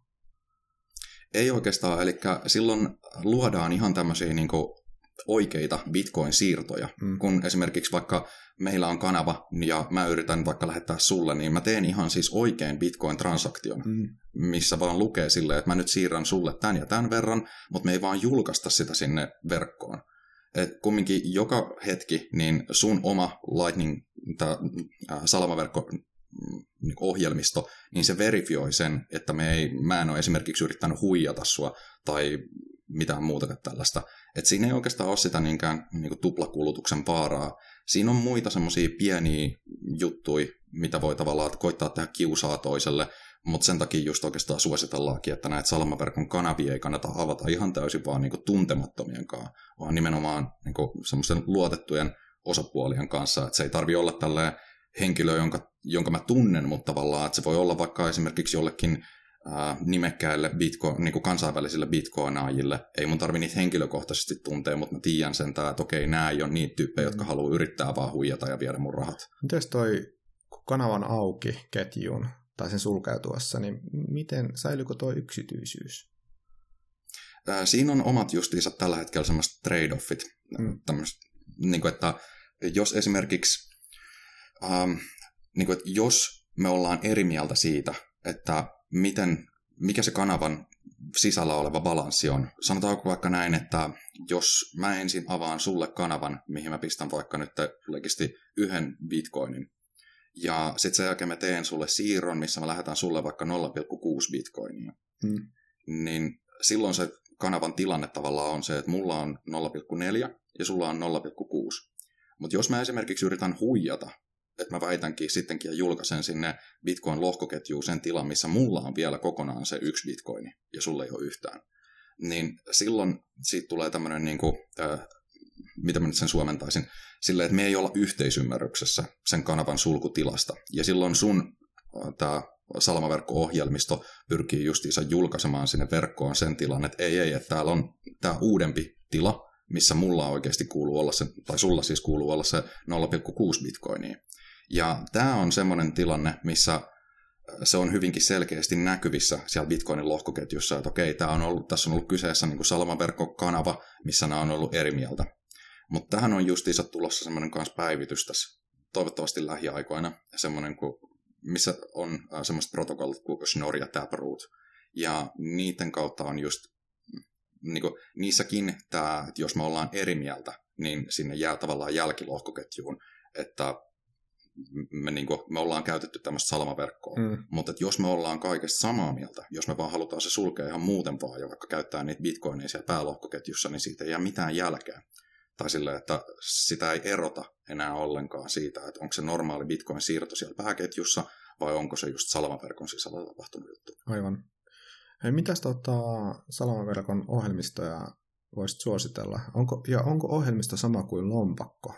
S1: Ei oikeastaan, eli silloin luodaan ihan tämmöisiä niin kuin oikeita bitcoin-siirtoja. Mm. Kun esimerkiksi vaikka meillä on kanava ja mä yritän vaikka lähettää sulle, niin mä teen ihan siis oikein bitcoin-transaktion, mm. missä vaan lukee silleen, että mä nyt siirrän sulle tämän ja tämän verran, mutta me ei vaan julkaista sitä sinne verkkoon. Et kumminkin joka hetki niin sun oma Lightning, tää, äh, salamaverkko ohjelmisto, niin se verifioi sen, että me ei, mä en ole esimerkiksi yrittänyt huijata sua tai mitään muuta tällaista. Että siinä ei oikeastaan ole sitä niinkään niin kuin tuplakulutuksen vaaraa. Siinä on muita semmoisia pieniä juttuja, mitä voi tavallaan koittaa tehdä kiusaa toiselle, mutta sen takia just oikeastaan suositellaankin, että näitä salamaverkon kanavia ei kannata avata ihan täysin vaan niin kuin tuntemattomien kanssa, vaan nimenomaan niin kuin semmoisten luotettujen osapuolien kanssa. Että se ei tarvitse olla tälleen henkilö, jonka, jonka mä tunnen, mutta tavallaan, että se voi olla vaikka esimerkiksi jollekin ää, nimekkäille bitcoin, niin kuin kansainvälisille bitcoinaajille. Ei mun tarvi niitä henkilökohtaisesti tuntea, mutta mä tiedän sen, että okei, nämä ei ole niitä tyyppejä, jotka haluaa yrittää vaan huijata ja viedä mun rahat.
S3: Mites toi kanavan auki ketjuun tai sen sulkeutuessa, niin miten, säilyykö tuo yksityisyys?
S1: Ää, siinä on omat justiinsa tällä hetkellä semmoiset trade-offit. Mm. Tämmöset, niin kuin, että jos esimerkiksi Um, niin kuin, että jos me ollaan eri mieltä siitä, että miten, mikä se kanavan sisällä oleva balanssi on. Sanotaanko vaikka näin, että jos mä ensin avaan sulle kanavan, mihin mä pistän vaikka nyt legisti yhden bitcoinin, ja sitten sen jälkeen mä teen sulle siirron, missä mä lähetän sulle vaikka nolla pilkku kuusi bitcoinia, hmm. niin silloin se kanavan tilanne tavallaan on se, että mulla on nolla pilkku neljä ja sulla on nolla pilkku kuusi. Mutta jos mä esimerkiksi yritän huijata, että mä väitänkin sittenkin ja julkaisen sinne Bitcoin-lohkoketjuun sen tilan, missä mulla on vielä kokonaan se yksi bitcoini ja sulla ei ole yhtään, niin silloin siitä tulee tämmöinen, niin kuin, äh, mitä mä nyt sen suomentaisin, silleen, että me ei olla yhteisymmärryksessä sen kanavan sulkutilasta. Ja silloin sun äh, tämä salamaverkko-ohjelmisto pyrkii justiinsa julkaisemaan sinne verkkoon sen tilan, että ei, ei, että täällä on tämä uudempi tila, missä mulla oikeasti kuuluu olla se, tai sulla siis kuuluu olla se nolla pilkku kuusi bitcoinia. Ja tämä on semmoinen tilanne, missä se on hyvinkin selkeästi näkyvissä siellä Bitcoinin lohkoketjussa, että okei, tää on ollut, tässä on ollut kyseessä niin kuin salamaverkkokanava, missä nämä on ollut eri mieltä. Mutta tähän on justiinsa tulossa semmoinen kanssa päivitys tässä, toivottavasti lähiaikoina, semmoinen, missä on semmoiset protokollat kuin Schnorr ja Taproot. Ja niiden kautta on just, niin kuin, niissäkin tämä, että jos me ollaan eri mieltä, niin sinne jää tavallaan jälkilohkoketjuun, että Me, niin kuin, me ollaan käytetty tämmöistä salamaverkkoa, mm. mutta jos me ollaan kaikesta samaa mieltä, jos me vaan halutaan se sulkea ihan muuten vaan ja vaikka käyttää niitä bitcoineja siellä päälohkoketjussa, niin siitä ei jää mitään jälkeä. Tai silleen, että sitä ei erota enää ollenkaan siitä, että onko se normaali bitcoin-siirto siellä pääketjussa vai onko se just salamaverkon sisällä tapahtunut juttu.
S3: Aivan. Hei, mitäs tota, Salamaverkon ohjelmistoja voisit suositella? Onko, ja onko ohjelmisto sama kuin lompakko?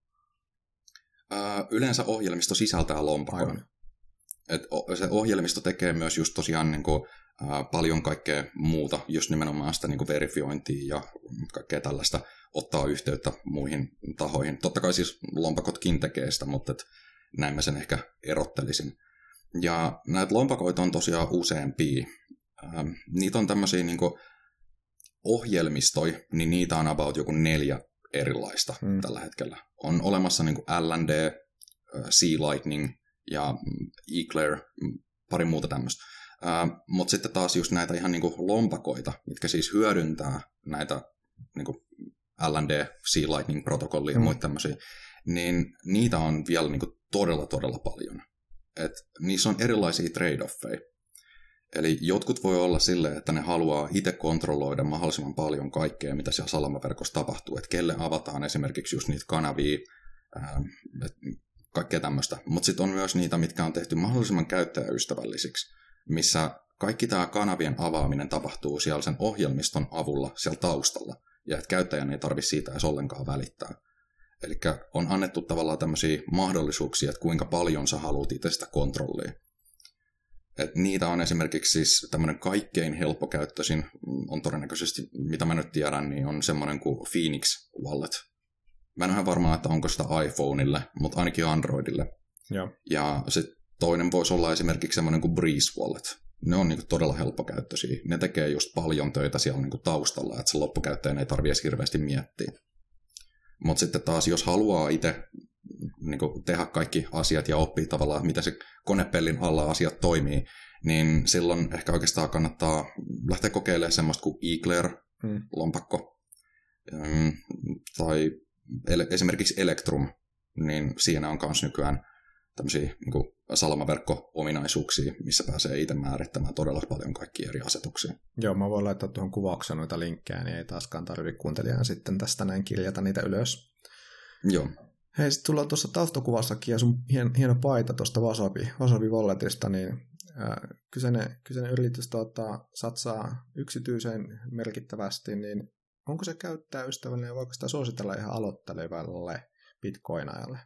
S1: Öö, yleensä ohjelmisto sisältää lompakon. Et se ohjelmisto tekee myös just tosiaan niin kuin, ää, paljon kaikkea muuta, just nimenomaan sitä niin kuin verifiointia ja kaikkea tällaista, ottaa yhteyttä muihin tahoihin. Totta kai siis lompakotkin tekee sitä, mutta et näin mä sen ehkä erottelisin. Ja näitä lompakoita on tosiaan useampia. Ää, niitä on tämmöisiä niin kuin ohjelmistoja, niin niitä on about joku neljä erilaista hmm. tällä hetkellä. On olemassa niin kuin L N D, Sea Lightning ja Eclair, pari muuta tämmöistä. Uh, mutta sitten taas just näitä ihan niinku lompakoita, mitkä siis hyödyntää näitä niinku L N D, Sea Lightning-protokollia ja mm. muita tämmöisiä, niin niitä on vielä niinku todella, todella paljon. Et niissä on erilaisia trade-offeja. Eli jotkut voi olla silleen, että ne haluaa itse kontrolloida mahdollisimman paljon kaikkea, mitä siellä salamaverkossa tapahtuu. Että kelle avataan esimerkiksi just niitä kanavia, uh, kaikkea tämmöistä. Mutta sitten on myös niitä, mitkä on tehty mahdollisimman käyttäjäystävällisiksi, missä kaikki tämä kanavien avaaminen tapahtuu siellä sen ohjelmiston avulla siellä taustalla, ja että käyttäjän ei tarvitse siitä edes ollenkaan välittää. Eli on annettu tavallaan tämmöisiä mahdollisuuksia, että kuinka paljon sä haluat itse sitä kontrollia. Et niitä on esimerkiksi siis tämmöinen kaikkein helppokäyttöisin, on todennäköisesti, mitä mä nyt tiedän, niin on semmoinen kuin Phoenix Wallet. Mä en ole varma, että onko sitä iPhoneille, mutta ainakin Androidille.
S3: Ja,
S1: ja sitten toinen voisi olla esimerkiksi semmoinen kuin Breeze Wallet. Ne on niinku todella helppokäyttöisiä. Ne tekee just paljon töitä siellä niinku taustalla, että se loppukäyttäjän ei tarvitse hirveästi miettiä. Mutta sitten taas, jos haluaa itse niinku tehdä kaikki asiat ja oppia tavallaan, miten se konepellin alla asiat toimii, niin silloin ehkä oikeastaan kannattaa lähteä kokeilemaan semmoista kuin Eclair-lompakko. Hmm. Tai esimerkiksi Electrum, niin siinä on myös nykyään tämmöisiä niin kuin salamaverkko-ominaisuuksia, missä pääsee itse määrittämään todella paljon kaikkia eri asetuksia.
S3: Joo, mä voin laittaa tuohon kuvaukseen noita linkkejä, niin ei taaskaan tarvitse kuuntelijan sitten tästä näin kirjata niitä ylös.
S1: Joo.
S3: Hei, sitten tullaan tuossa taustakuvassakin ja sun hien, hieno paita tuosta Wasabi, Wasabi Walletista, niin ää, kyseinen, kyseinen yritys tuota, satsaa yksityiseen merkittävästi, niin onko se käyttäjäystävällinen ja voiko sitä suositella ihan aloittelevalle bitcoinajalle?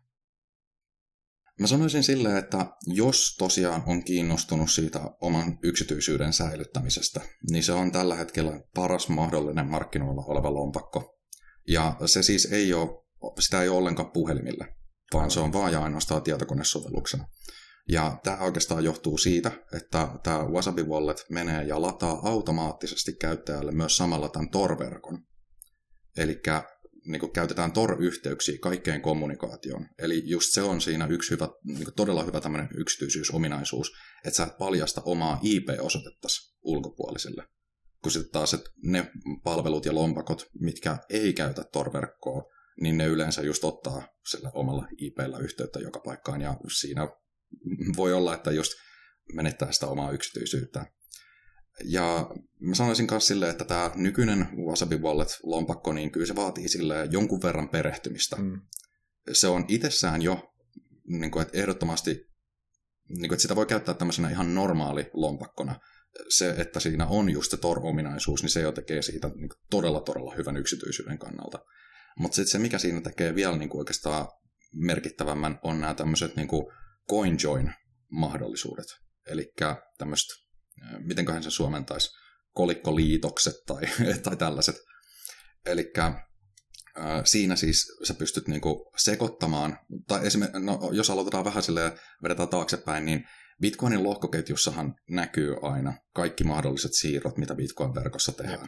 S1: Mä sanoisin silleen, että jos tosiaan on kiinnostunut siitä oman yksityisyyden säilyttämisestä, niin se on tällä hetkellä paras mahdollinen markkinoilla oleva lompakko. Ja se siis ei ole, sitä ei ole ollenkaan puhelimille, vaan se on vaan ja ainoastaan tietokonesovelluksena. Ja tämä oikeastaan johtuu siitä, että tämä Wasabi Wallet menee ja lataa automaattisesti käyttäjälle myös samalla tämän Tor-verkon. Eli niin käytetään Tor-yhteyksiä kaikkeen kommunikaatioon. Eli just se on siinä yksi hyvä, niin todella hyvä tämmöinen yksityisyysominaisuus, että sä et paljasta omaa I P-osoitettasi ulkopuolisille. Kun sitten taas, että ne palvelut ja lompakot, mitkä ei käytä Tor-verkkoa, niin ne yleensä just ottaa sillä omalla I P:llä yhteyttä joka paikkaan, ja siinä voi olla, että just menettää sitä omaa yksityisyyttä. Ja mä sanoisin myös silleen, että tämä nykyinen Wasabi Wallet-lompakko, niin kyllä se vaatii silleen jonkun verran perehtymistä. Mm. Se on itsessään jo, niin kuin, että ehdottomasti, niin kuin, että sitä voi käyttää tämmöisenä ihan normaali lompakkona. Se, että siinä on just se Tor-ominaisuus, niin se jo tekee siitä niin kuin, todella, todella hyvän yksityisyyden kannalta. Mutta sitten se, mikä siinä tekee vielä niin kuin oikeastaan merkittävämmän, on nämä tämmöiset niin kuin CoinJoin-mahdollisuudet. Eli tämmöiset, mitenköhän se suomentaisi, kolikkoliitokset tai, tai tällaiset. Eli siinä siis sä pystyt niinku sekoittamaan, tai esimerkiksi, no, jos aloitetaan vähän silleen, vedetään taaksepäin, niin Bitcoinin lohkoketjussahan näkyy aina kaikki mahdolliset siirrot, mitä Bitcoin-verkossa tehdään.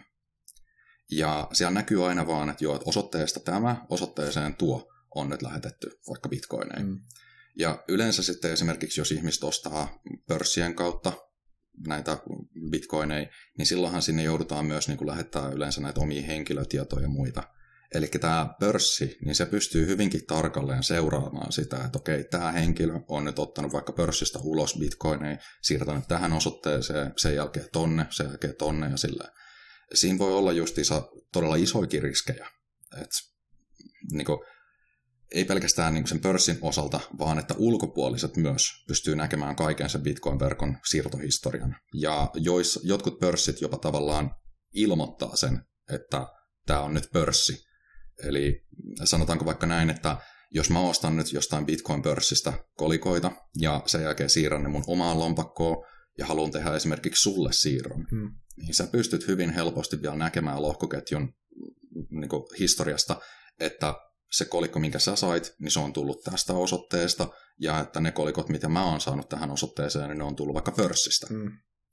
S1: Ja siellä näkyy aina vaan, että joo, että osoitteesta tämä, osoitteeseen tuo on nyt lähetetty, vaikka Bitcoineihin. Mm. Ja yleensä sitten esimerkiksi, jos ihmiset ostaa pörssien kautta näitä bitcoineja, niin silloinhan sinne joudutaan myös niin kuin lähettää yleensä näitä omia henkilötietoja ja muita. Eli tämä pörssi, niin se pystyy hyvinkin tarkalleen seuraamaan sitä, että okei, tämä henkilö on nyt ottanut vaikka pörssistä ulos bitcoineja, siirtänyt tähän osoitteeseen, sen jälkeen tonne, sen jälkeen tonne ja silleen. Siinä voi olla justiinsa todella isoikin riskejä. Et, niin kuin, ei pelkästään niin sen pörssin osalta, vaan että ulkopuoliset myös pystyy näkemään kaiken sen Bitcoin-verkon siirtohistorian. Ja jois, jotkut pörssit jopa tavallaan ilmoittaa sen, että tämä on nyt pörssi. Eli sanotaanko vaikka näin, että jos mä ostan nyt jostain Bitcoin-pörssistä kolikoita ja sen jälkeen siirrän ne mun omaan lompakkoon ja haluan tehdä esimerkiksi sulle siirron, hmm. niin sä pystyt hyvin helposti vielä näkemään lohkoketjun niin kuin historiasta, että se kolikko, minkä sä sait, niin se on tullut tästä osoitteesta, ja että ne kolikot, mitä mä oon saanut tähän osoitteeseen, niin ne on tullut vaikka pörssistä. Hmm.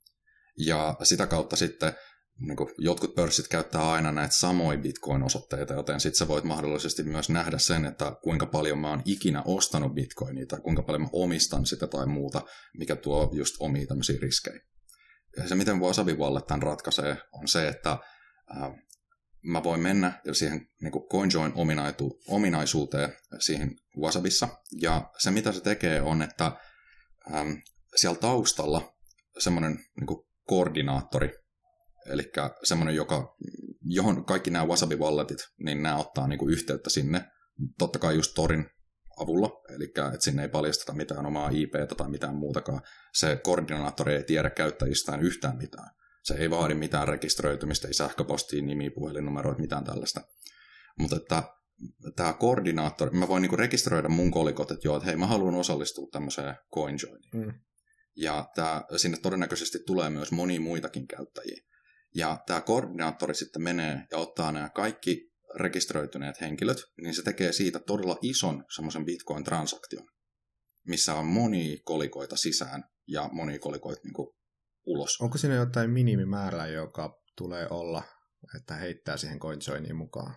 S1: Ja sitä kautta sitten niin kuin jotkut pörssit käyttää aina näitä samoja Bitcoin-osoitteita, joten sitten sä voit mahdollisesti myös nähdä sen, että kuinka paljon mä oon ikinä ostanut Bitcoinia, tai kuinka paljon mä omistan sitä tai muuta, mikä tuo just omia tämmöisiä riskejä. Ja se, miten Wasabi Wallet tämän ratkaisee, on se, että äh, mä voin mennä siihen niin kuin CoinJoin-ominaisuuteen siihen Wasabissa, ja se, mitä se tekee, on, että ähm, siellä taustalla semmoinen niin kuin koordinaattori, eli semmoinen, joka, johon kaikki nämä Wasabi Walletit, niin nämä ottaa niin kuin yhteyttä sinne, totta kai just Torin avulla, eli että sinne ei paljasteta mitään omaa I P:tä tai mitään muutakaan. Se koordinaattori ei tiedä käyttäjistään yhtään mitään. Se ei vaadi mitään rekisteröitymistä, ei sähköpostiin, nimi, puhelinnumeroita, mitään tällaista. Mutta että tämä koordinaattori, mä voin niinku rekisteröidä mun kolikot, että joo, että hei, mä haluan osallistua tämmöiseen CoinJoiniin. Mm. Ja tää, sinne todennäköisesti tulee myös monia muitakin käyttäjiä. Ja tämä koordinaattori sitten menee ja ottaa nämä kaikki rekisteröityneet henkilöt, niin se tekee siitä todella ison semmoisen Bitcoin-transaktion, missä on monia kolikoita sisään ja monia kolikoita niin kuin ulos.
S3: Onko siinä jotain minimimäärää, joka tulee olla, että heittää siihen CoinJoiniin mukaan?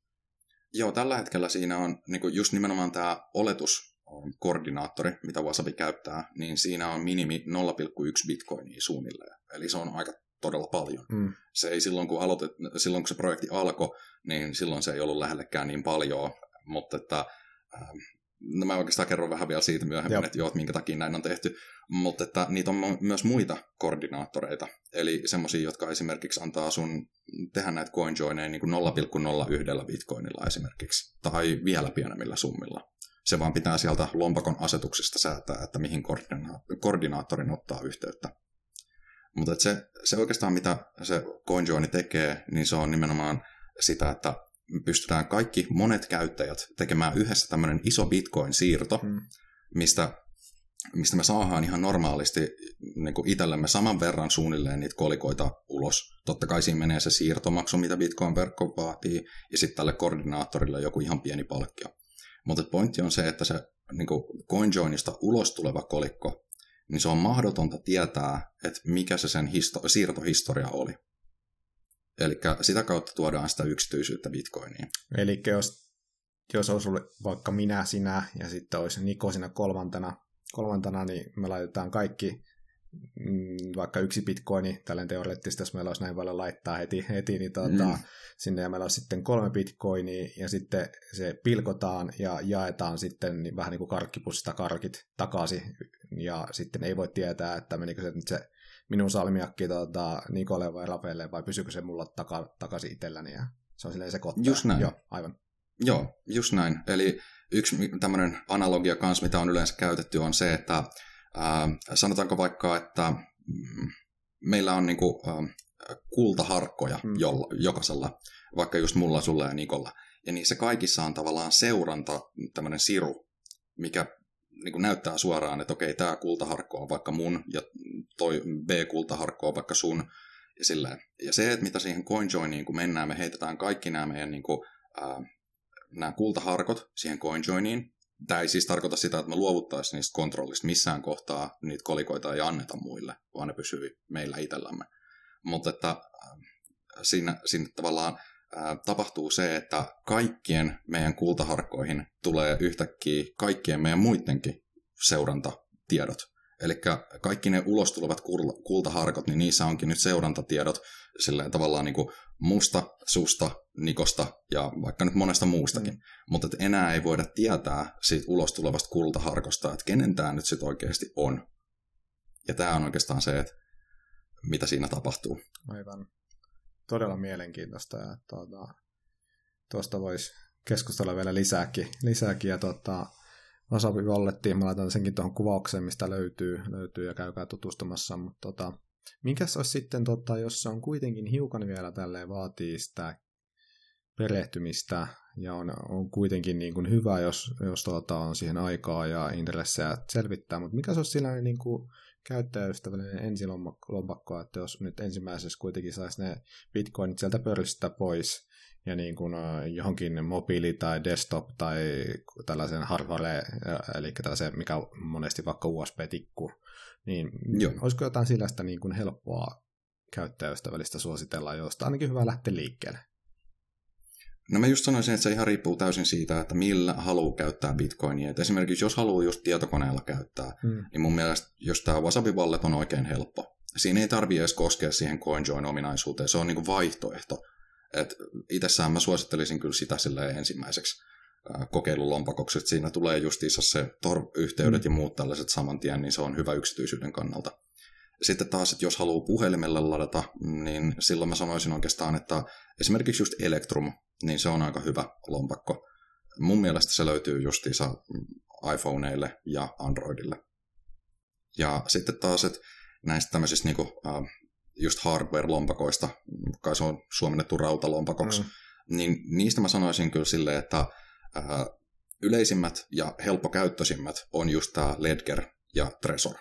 S1: Joo, tällä hetkellä siinä on niin kuin just nimenomaan tämä oletuskoordinaattori, mitä Wasabi käyttää, niin siinä on minimi nolla pilkku yksi bitcoinia suunnilleen. Eli se on aika todella paljon. Mm. Se ei silloin kun, aloitet, silloin, kun se projekti alkoi, niin silloin se ei ollut lähellekään niin paljon, mutta että, äh, no mä oikeastaan kerron vähän vielä siitä myöhemmin, Jop. että joo, että minkä takia näin on tehty, mutta että niitä on myös muita koordinaattoreita, eli semmoisia, jotka esimerkiksi antaa sun tehdä näitä CoinJoineja niin kuin nolla pilkku nolla yksi bitcoinilla esimerkiksi, tai vielä pienemmillä summilla. Se vaan pitää sieltä lompakon asetuksista säätää, että mihin koordina- koordinaattorin ottaa yhteyttä. Mutta se, se oikeastaan, mitä se CoinJoin tekee, niin se on nimenomaan sitä, että pystytään kaikki monet käyttäjät tekemään yhdessä tämmöinen iso Bitcoin-siirto, hmm. mistä, mistä me saadaan ihan normaalisti niin kuin itsellemme saman verran suunnilleen niitä kolikoita ulos. Totta kai siinä menee se siirtomaksu, mitä Bitcoin-verkko vaatii, ja sitten tälle koordinaattorille joku ihan pieni palkkio. Mutta pointti on se, että se niin kuin CoinJoinista ulos tuleva kolikko, niin se on mahdotonta tietää, että mikä se sen histo- siirtohistoria oli. Eli sitä kautta tuodaan sitä yksityisyyttä Bitcoiniin.
S3: Eli jos, jos olisi vaikka minä, sinä ja sitten olisi Niko siinä kolmantena, kolmantena, niin me laitetaan kaikki, mm, vaikka yksi Bitcoini, tällainen teoreettisesti, jos meillä olisi näin paljon laittaa heti, heti niin tuota, mm. sinne, ja meillä olisi sitten kolme Bitcoinia, ja sitten se pilkotaan ja jaetaan sitten niin vähän niin kuin karkkipussista karkit takaisin, ja sitten ei voi tietää, että menikö se nyt se minun salmiakki tuota, Nikolle vai Rafaelle, vai pysyykö se mulla taka, takaisin itselläni, ja se on silleen sekoittaa.
S1: Just näin.
S3: Joo, aivan.
S1: Joo, just näin. Eli yksi tämmöinen analogia kanssa, mitä on yleensä käytetty, on se, että ää, sanotaanko vaikka, että mm, meillä on niinku, ää, kultaharkkoja mm. jolla, jokaisella, vaikka just mulla, sulla ja Nikolla, ja niissä kaikissa on tavallaan seuranta, tämmöinen siru, mikä niin kuin näyttää suoraan, että okei, tämä kultaharkko on vaikka mun, ja toi B-kultaharkko on vaikka sun, ja silleen. Ja se, että mitä siihen CoinJoiniin, kun mennään, me heitetään kaikki nämä meidän niin kuin, ää, nämä kultaharkot siihen CoinJoiniin. Tämä ei siis tarkoita sitä, että me luovuttaisiin niistä kontrollista missään kohtaa, niitä kolikoita ei anneta muille, vaan ne pysyy meillä itsellämme. Mutta että ää, siinä, siinä tavallaan ää, tapahtuu se, että kaikkien meidän kultaharkkoihin tulee yhtäkkiä kaikkien meidän muidenkin seurantatiedot. Eli kaikki ne ulos tulevat kultaharkot, niin niissä onkin nyt seurantatiedot silleen tavallaan niin kuin musta, susta, Nikosta ja vaikka nyt monesta muustakin. Mm. Mutta enää ei voida tietää siitä ulos tulevasta kultaharkosta, että kenen tämä nyt sitten oikeasti on. Ja tämä on oikeastaan se, että mitä siinä tapahtuu.
S3: Aivan. Todella mielenkiintoista. Ja tuota, tuosta voisi keskustella vielä lisääkin. lisääkin ja tota, Wasabi Wallettiin, mä laitan senkin tuohon kuvaukseen, mistä löytyy, löytyy ja käykää tutustumassa, mutta tota, minkäs olisi sitten, tota, jos se on kuitenkin hiukan vielä tälleen vaatii sitä perehtymistä ja on, on kuitenkin niin kuin hyvä, jos, jos tota, on siihen aikaa ja intressejä selvittää, mutta mikä se olisi sellainen niin kuin käyttäjäystävällinen ensilompakko, että jos nyt ensimmäisessä kuitenkin saisi ne bitcoinit sieltä pörssistä pois ja niin kuin johonkin mobiili- tai desktop- tai tällaisen hardware, eli tällaisen, mikä on monesti vaikka U S B-tikku, niin Joo. olisiko jotain sellaista niin kuin helppoa käyttäjäystävällistä suositella, josta ainakin hyvä lähteä liikkeelle?
S1: No mä just sanoisin, että se ihan riippuu täysin siitä, että millä haluaa käyttää bitcoinia. Et esimerkiksi jos haluaa just tietokoneella käyttää, hmm. niin mun mielestä jos tämä Wasabi Wallet on oikein helppo, siinä ei tarvitse edes koskea siihen CoinJoin-ominaisuuteen, se on niinku vaihtoehto. Et itsessään mä suosittelisin kyllä sitä silleen ensimmäiseksi äh, kokeilulompakoksi, että siinä tulee justiinsa se T O R-yhteydet hmm. ja muut tällaiset saman tien, niin se on hyvä yksityisyyden kannalta. Sitten taas, että jos haluaa puhelimelle ladata, niin silloin mä sanoisin oikeastaan, että esimerkiksi just Electrum, niin se on aika hyvä lompakko. Mun mielestä se löytyy justiinsa iPhoneille ja Androidille. Ja sitten taas, että näistä tämmöisistä niinku, uh, just hardware-lompakoista, kai se on suomennettu rautalompakoksi, mm. niin niistä mä sanoisin kyllä silleen, että uh, yleisimmät ja helppokäyttöisimmät on just tää Ledger ja Trezor.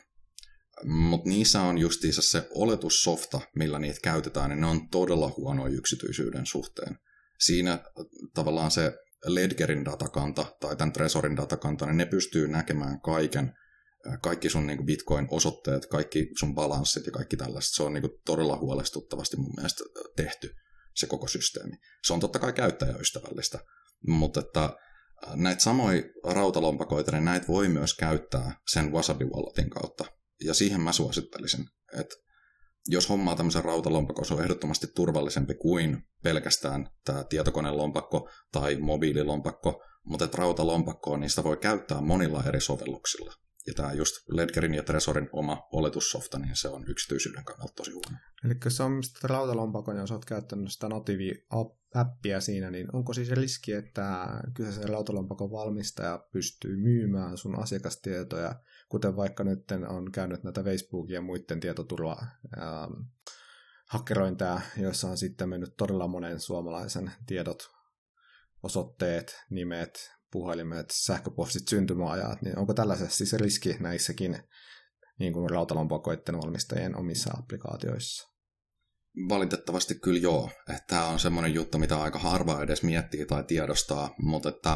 S1: Mutta niissä on justiinsa se oletussofta, millä niitä käytetään, niin ne on todella huonoja yksityisyyden suhteen. Siinä tavallaan se Ledgerin datakanta tai tämän Trezorin datakanta, niin ne pystyy näkemään kaiken, kaikki sun niin kuin Bitcoin-osoitteet, kaikki sun balanssit ja kaikki tällaiset. Se on niin kuin todella huolestuttavasti mun mielestä tehty se koko systeemi. Se on totta kai käyttäjäystävällistä, mutta että näitä samoja rautalompakoita, niin näitä voi myös käyttää sen Wasabi Walletin kautta. Ja siihen mä suosittelisin, että jos hommaa tämmöisen rautalompakon, se on ehdottomasti turvallisempi kuin pelkästään tämä tietokonelompakko tai mobiililompakko, mutta että rautalompakkoa, niin sitä voi käyttää monilla eri sovelluksilla. Ja tämä just Ledgerin ja Trezorin oma oletussofta, niin se on yksityisyyden kannalta tosi huono.
S3: Eli jos on mistä rautalompakon ja jos olet käyttänyt sitä Nativi-appia siinä, niin onko siis riski, että kyseisen rautalompakon valmistaja pystyy myymään sun asiakastietoja, kuten vaikka nyt on käynyt näitä Facebookia ja muiden tietoturva ähm, hakkerointeja, joissa on sitten mennyt todella monen suomalaisen tiedot, osoitteet, nimet, puhelimet, sähköpostit, syntymäajat, niin onko tällaisessa siis riski näissäkin niin kuin rautalompakoiden valmistajien omissa applikaatioissa?
S1: Valitettavasti kyllä joo. Tämä on semmoinen juttu, mitä aika harva edes miettii tai tiedostaa, mutta että,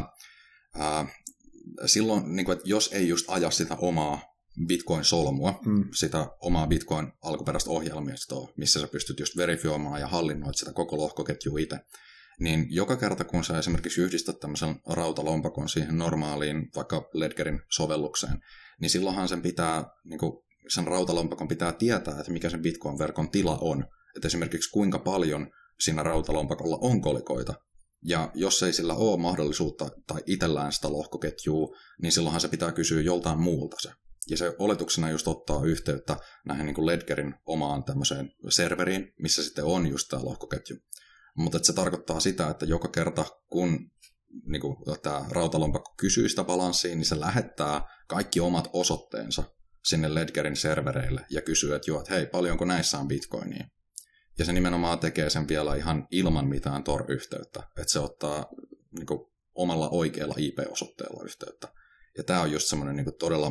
S1: ää, silloin, niin kuin, että jos ei just aja sitä omaa Bitcoin-solmua, mm. sitä omaa Bitcoin-alkuperäistä ohjelmistoa, missä sä pystyt just verifioimaan ja hallinnoit sitä koko lohkoketjua itse, niin joka kerta, kun sä esimerkiksi yhdistät tämmöisen rautalompakon siihen normaaliin vaikka Ledgerin sovellukseen, niin silloinhan sen pitää, niin kuin sen rautalompakon pitää tietää, että mikä sen Bitcoin-verkon tila on. Että esimerkiksi kuinka paljon siinä rautalompakolla on kolikoita. Ja jos ei sillä ole mahdollisuutta tai itsellään sitä lohkoketjua, niin silloinhan se pitää kysyä joltain muulta se. Ja se oletuksena just ottaa yhteyttä näihin niin kuin Ledgerin omaan tämmöiseen serveriin, missä sitten on just tämä lohkoketju. Mutta se tarkoittaa sitä, että joka kerta, kun niin kuin, tämä rautalompakko kysyy sitä balanssia, niin se lähettää kaikki omat osoitteensa sinne Ledgerin servereille ja kysyy, että joo, että hei, paljonko näissä on bitcoinia. Ja se nimenomaan tekee sen vielä ihan ilman mitään T O R-yhteyttä, että se ottaa niin kuin, omalla oikealla I P-osoitteella yhteyttä. Ja tämä on just semmoinen niin kuin, todella,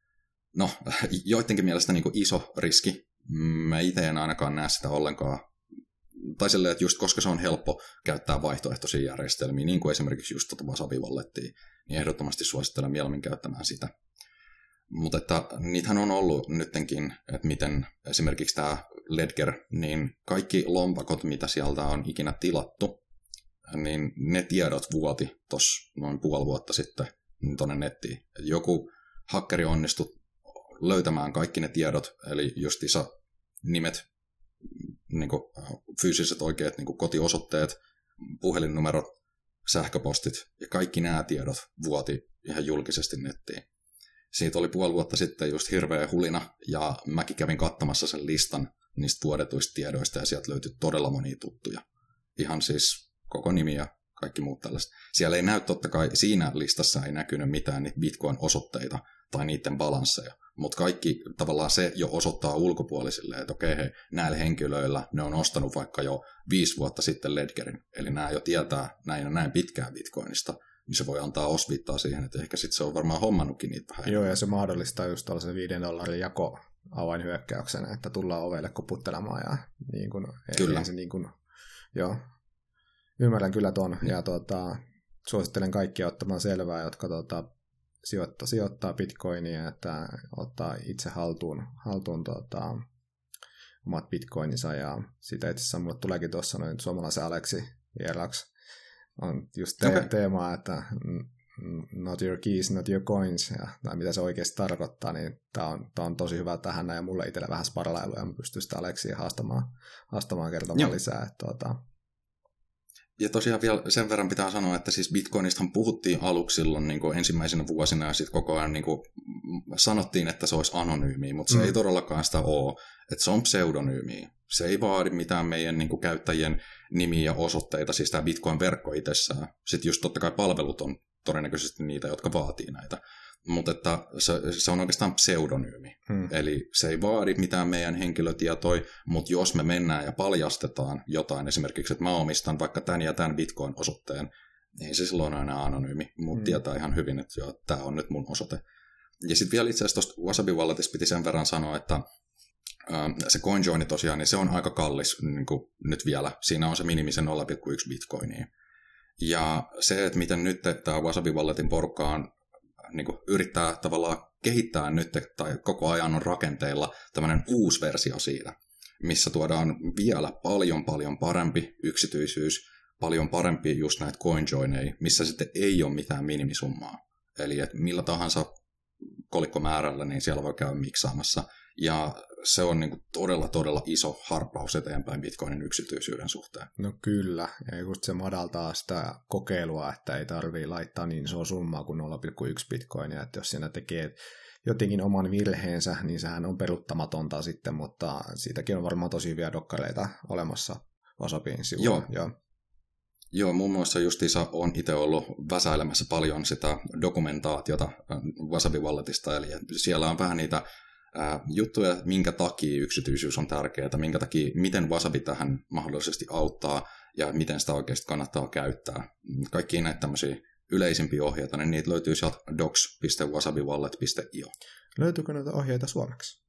S1: no, joidenkin mielestä niin kuin, iso riski. Mä itse en ainakaan näe sitä ollenkaan. Tai silleen, että just koska se on helppo käyttää vaihtoehtoisia järjestelmiä, niin kuin esimerkiksi just tuota Wasabi Wallettia, niin ehdottomasti suosittelen mieluummin käyttämään sitä. Mutta että niitähän on ollut nyttenkin, että miten esimerkiksi tämä Ledger, niin kaikki lompakot, mitä sieltä on ikinä tilattu, niin ne tiedot vuoti tuossa noin puoli vuotta sitten tuonne nettiin. Et joku hakkeri onnistui löytämään kaikki ne tiedot, eli justiinsa nimet, niin kuin fyysiset oikeat niin kuin kotiosoitteet, puhelinnumerot, sähköpostit ja kaikki nämä tiedot vuoti ihan julkisesti nettiin. Siitä oli puoli vuotta sitten just hirveä hulina ja mäkin kävin katsomassa sen listan niistä vuodetuista tiedoista ja sieltä löytyi todella monia tuttuja. Ihan siis koko nimi ja kaikki muut tällaiset. Siellä ei näy totta kai, siinä listassa ei näkynyt mitään niitä Bitcoin-osoitteita tai niiden balansseja, mutta kaikki tavallaan se jo osoittaa ulkopuolisille, että okei, he, näillä henkilöillä ne on ostanut vaikka jo viisi vuotta sitten Ledgerin, eli nämä jo tietää näin ja näin pitkään Bitcoinista, niin se voi antaa osviittaa siihen, että ehkä sitten se on varmaan hommannutkin niitä vähän.
S3: Joo, ja se mahdollistaa just tällaisen viiden dollarin jako avainhyökkäyksenä, että tullaan ovelle koputtelemaan ja niin kuin,
S1: kyllä.
S3: Se niin kuin, joo, ymmärrän kyllä ton ja tuota, suosittelen kaikkia ottamaan selvää, jotka tuota, sijoittaa, sijoittaa bitcoinia, että ottaa itse haltuun, haltuun tuota, omat bitcoininsa ja siitä itse asiassa mulle tuleekin tuossa noin suomalaisen Aleksi vieraksi on just te- okay. teema, että not your keys, not your coins, ja, tai mitä se oikeasti tarkoittaa, niin tämä on, on tosi hyvä tähän, ja mulle itselle vähän sparlailu, ja mä pystyn sitä Aleksia haastamaan, haastamaan kertomaan Joo. lisää. Että, tuota...
S1: Ja tosiaan vielä sen verran pitää sanoa, että siis Bitcoinistahan puhuttiin aluksi silloin niin kuin ensimmäisenä vuosina, ja sitten koko ajan niin kuin sanottiin, että se olisi anonyymiä, mutta se mm. ei todellakaan sitä ole, että se on pseudonyymiä. Se ei vaadi mitään meidän niin kuin käyttäjien nimiä ja osoitteita, siis tämä Bitcoin-verkko itsessään. Sitten just totta kai palvelut on todennäköisesti niitä, jotka vaatii näitä. Mutta että se, se on oikeastaan pseudonyymi. Hmm. Eli se ei vaadi mitään meidän henkilötietoja, mutta jos me mennään ja paljastetaan jotain, esimerkiksi, että mä omistan vaikka tämän ja tämän Bitcoin-osoitteen, niin ei se silloin ole enää anonyymi, mutta hmm. tietää ihan hyvin, että joo, tämä on nyt mun osoite. Ja sitten vielä itse asiassa tuosta Wasabi Walletista piti sen verran sanoa, että äh, se CoinJoin tosiaan, niin se on aika kallis niin kuin nyt vielä. Siinä on se minimi se nolla pilkku yksi bitcoinia. Ja se, että miten nyt tämä Wasabi Walletin porukka on, niin kuin yrittää tavallaan kehittää nyt, tai koko ajan on rakenteilla tämmöinen uusi versio siitä, missä tuodaan vielä paljon paljon parempi yksityisyys, paljon parempi just näitä CoinJoineja, missä sitten ei ole mitään minimisummaa. Eli että millä tahansa kolikkomäärällä, niin siellä voi käydä miksaamassa. Ja se on niin kuin todella, todella iso harppaus eteenpäin Bitcoinin yksityisyyden suhteen.
S3: No kyllä, ja just se madaltaa sitä kokeilua, että ei tarvitse laittaa niin isoa summaa kuin nolla pilkku yksi bitcoinia, että jos siinä tekee jotenkin oman virheensä, niin sehän on peruuttamatonta sitten, mutta siitäkin on varmaan tosi hyviä dokkareita olemassa Wasabin sivuilla.
S1: Joo. Joo. Joo, muun muassa justiinsa olen itse ollut väsäilemässä paljon sitä dokumentaatiota Wasabi Walletista, eli siellä on vähän niitä ää, juttuja, minkä takia yksityisyys on tärkeää, minkä takia, miten Wasabi tähän mahdollisesti auttaa ja miten sitä oikeasti kannattaa käyttää. Kaikki näitä tämmöisiä yleisimpiä ohjeita, niin niitä löytyy sieltä docs piste wasabiwallet piste io.
S3: Löytyykö näitä ohjeita suomeksi?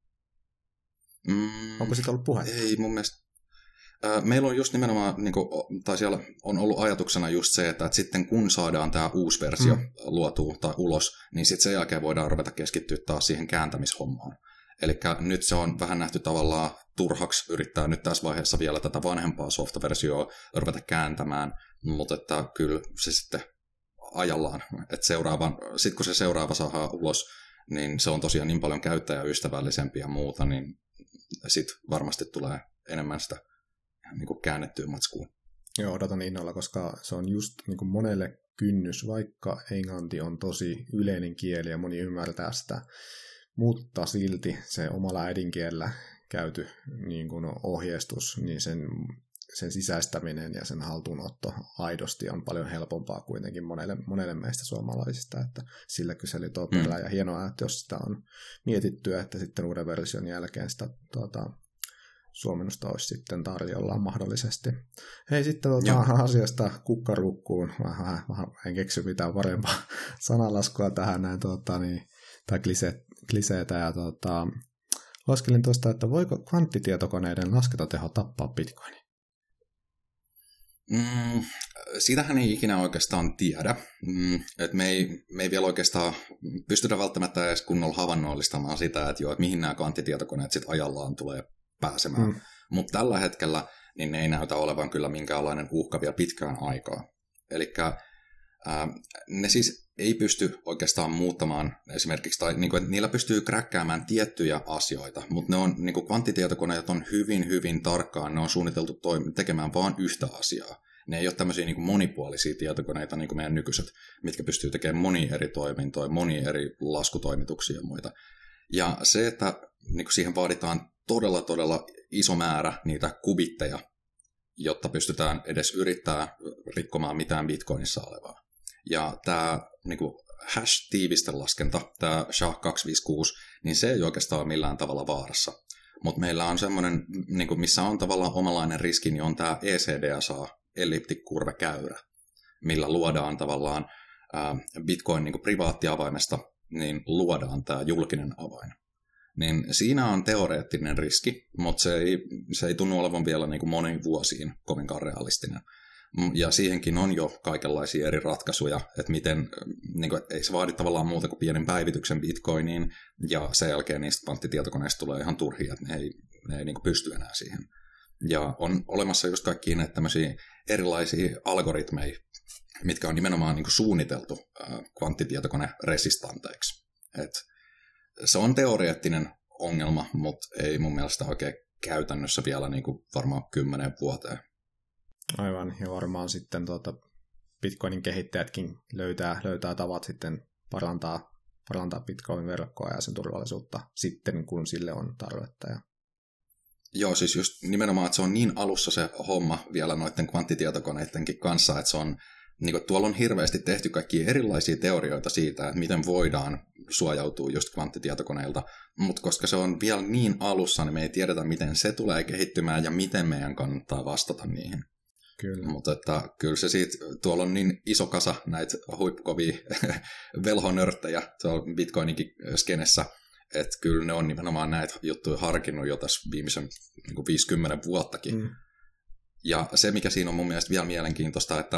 S1: Mm,
S3: Onko siitä ollut puhe?
S1: Ei mun mielestä. Meillä on just nimenomaan, niin kuin, tai siellä on ollut ajatuksena just se, että, että sitten kun saadaan tämä uusi versio mm. luotua tai ulos, niin sitten sen jälkeen voidaan ruveta keskittyä taas siihen kääntämishommaan. Eli nyt se on vähän nähty tavallaan turhaksi yrittää nyt tässä vaiheessa vielä tätä vanhempaa softaversioa ruveta kääntämään, mutta että kyllä se sitten ajallaan, että seuraavan, sitten kun se seuraava saadaan ulos, niin se on tosiaan niin paljon käyttäjäystävällisempi ja muuta, niin sitten varmasti tulee enemmän sitä niin kuin käännettyä matskuun.
S3: Joo, odotan innolla, koska se on just niin kuin monelle kynnys, vaikka englanti on tosi yleinen kieli ja moni ymmärtää sitä, mutta silti se omalla äidinkielellä käyty niin kuin ohjeistus, niin sen, sen sisäistäminen ja sen haltuunotto aidosti on paljon helpompaa kuitenkin monelle, monelle meistä suomalaisista, että sillä kyseli tuo perillä, mm. ja hienoa, että jos sitä on mietittyä, että sitten uuden version jälkeen sitä tuota, suomennosta olisi sitten tarjolla mahdollisesti. Hei, sitten tuota, asioista kukkarukkuun. Vähän, vähän en keksy mitään parempaa sanalaskua tähän näin, tuota, niin, tai klise, kliseitä. Ja, tuota, laskelin tuosta, että voiko kvanttitietokoneiden laskentateho tappaa Bitcoinin?
S1: Mm, sitähän ei ikinä oikeastaan tiedä. Mm, et me, ei, me ei vielä oikeastaan pystytä välttämättä edes kunnolla havainnollistamaan sitä, että, jo, että mihin nämä kvanttitietokoneet sitten ajallaan tulee pääsemään. Mm. Mutta tällä hetkellä niin ne ei näytä olevan kyllä minkäänlainen uhka vielä pitkään aikaa. Eli ne siis ei pysty oikeastaan muuttamaan esimerkiksi, tai niinku, että niillä pystyy kräkkäämään tiettyjä asioita, mutta ne on, niinku, kvanttitietokoneet on hyvin, hyvin tarkkaan, ne on suunniteltu toim- tekemään vain yhtä asiaa. Ne ei ole tämmöisiä niinku monipuolisia tietokoneita, niin kuin meidän nykyiset, mitkä pystyy tekemään monia eri toimintoja, monia eri laskutoimituksia ja muita. Ja se, että niinku siihen vaaditaan todella, todella iso määrä niitä kubitteja, jotta pystytään edes yrittää rikkomaan mitään Bitcoinissa olevaa. Ja tämä niin kuin hash-tiivistelaskenta, tämä S H A kaksisataaviisikymmentäkuusi, niin se ei oikeastaan ole millään tavalla vaarassa. Mutta meillä on semmoinen, niin kuin missä on tavallaan omanlainen riski, niin on tämä E C D S A, elliptikkurvekäyrä, millä luodaan tavallaan ää, Bitcoin niin kuin privaattiavaimesta, niin luodaan tämä julkinen avain. Niin siinä on teoreettinen riski, mutta se ei, se ei tunnu olevan vielä niin kuin moniin vuosiin kovinkaan realistinen. Ja siihenkin on jo kaikenlaisia eri ratkaisuja, että miten, niin kuin, ei se vaadi tavallaan muuta kuin pienen päivityksen Bitcoiniin, ja sen jälkeen niistä kvanttitietokoneista tulee ihan turhia, että ne ei, ne ei niin kuin pysty enää siihen. Ja on olemassa just kaikkia näitä tämmöisiä erilaisia algoritmeja, mitkä on nimenomaan niin kuin suunniteltu äh, kvanttitietokone-resistanteiksi. Et se on teoreettinen ongelma, mutta ei mun mielestä oikein käytännössä vielä niin kuin varmaan kymmenen vuoteen.
S3: Aivan, ja varmaan sitten tuota, Bitcoinin kehittäjätkin löytää, löytää tavat sitten parantaa, parantaa Bitcoin-verkkoa ja sen turvallisuutta sitten, kun sille on tarvetta. Ja...
S1: Joo, siis just nimenomaan, että se on niin alussa se homma vielä noiden kvanttitietokoneidenkin kanssa, että se on, niin kuin, tuolla on hirveästi tehty kaikkia erilaisia teorioita siitä, että miten voidaan suojautua just kvanttitietokoneilta, mutta koska se on vielä niin alussa, niin me ei tiedetä, miten se tulee kehittymään ja miten meidän kannattaa vastata niihin.
S3: Kyllä.
S1: Mutta että kyllä se siitä, tuolla on niin iso kasa näitä huippukovia velhonörttejä tuolla Bitcoininkin skenessä, että kyllä ne on nimenomaan näitä juttuja harkinnut jo tässä viimeisen niin kuin viisikymmentä vuottakin. Mm. Ja se, mikä siinä on mun mielestä vielä mielenkiintoista, että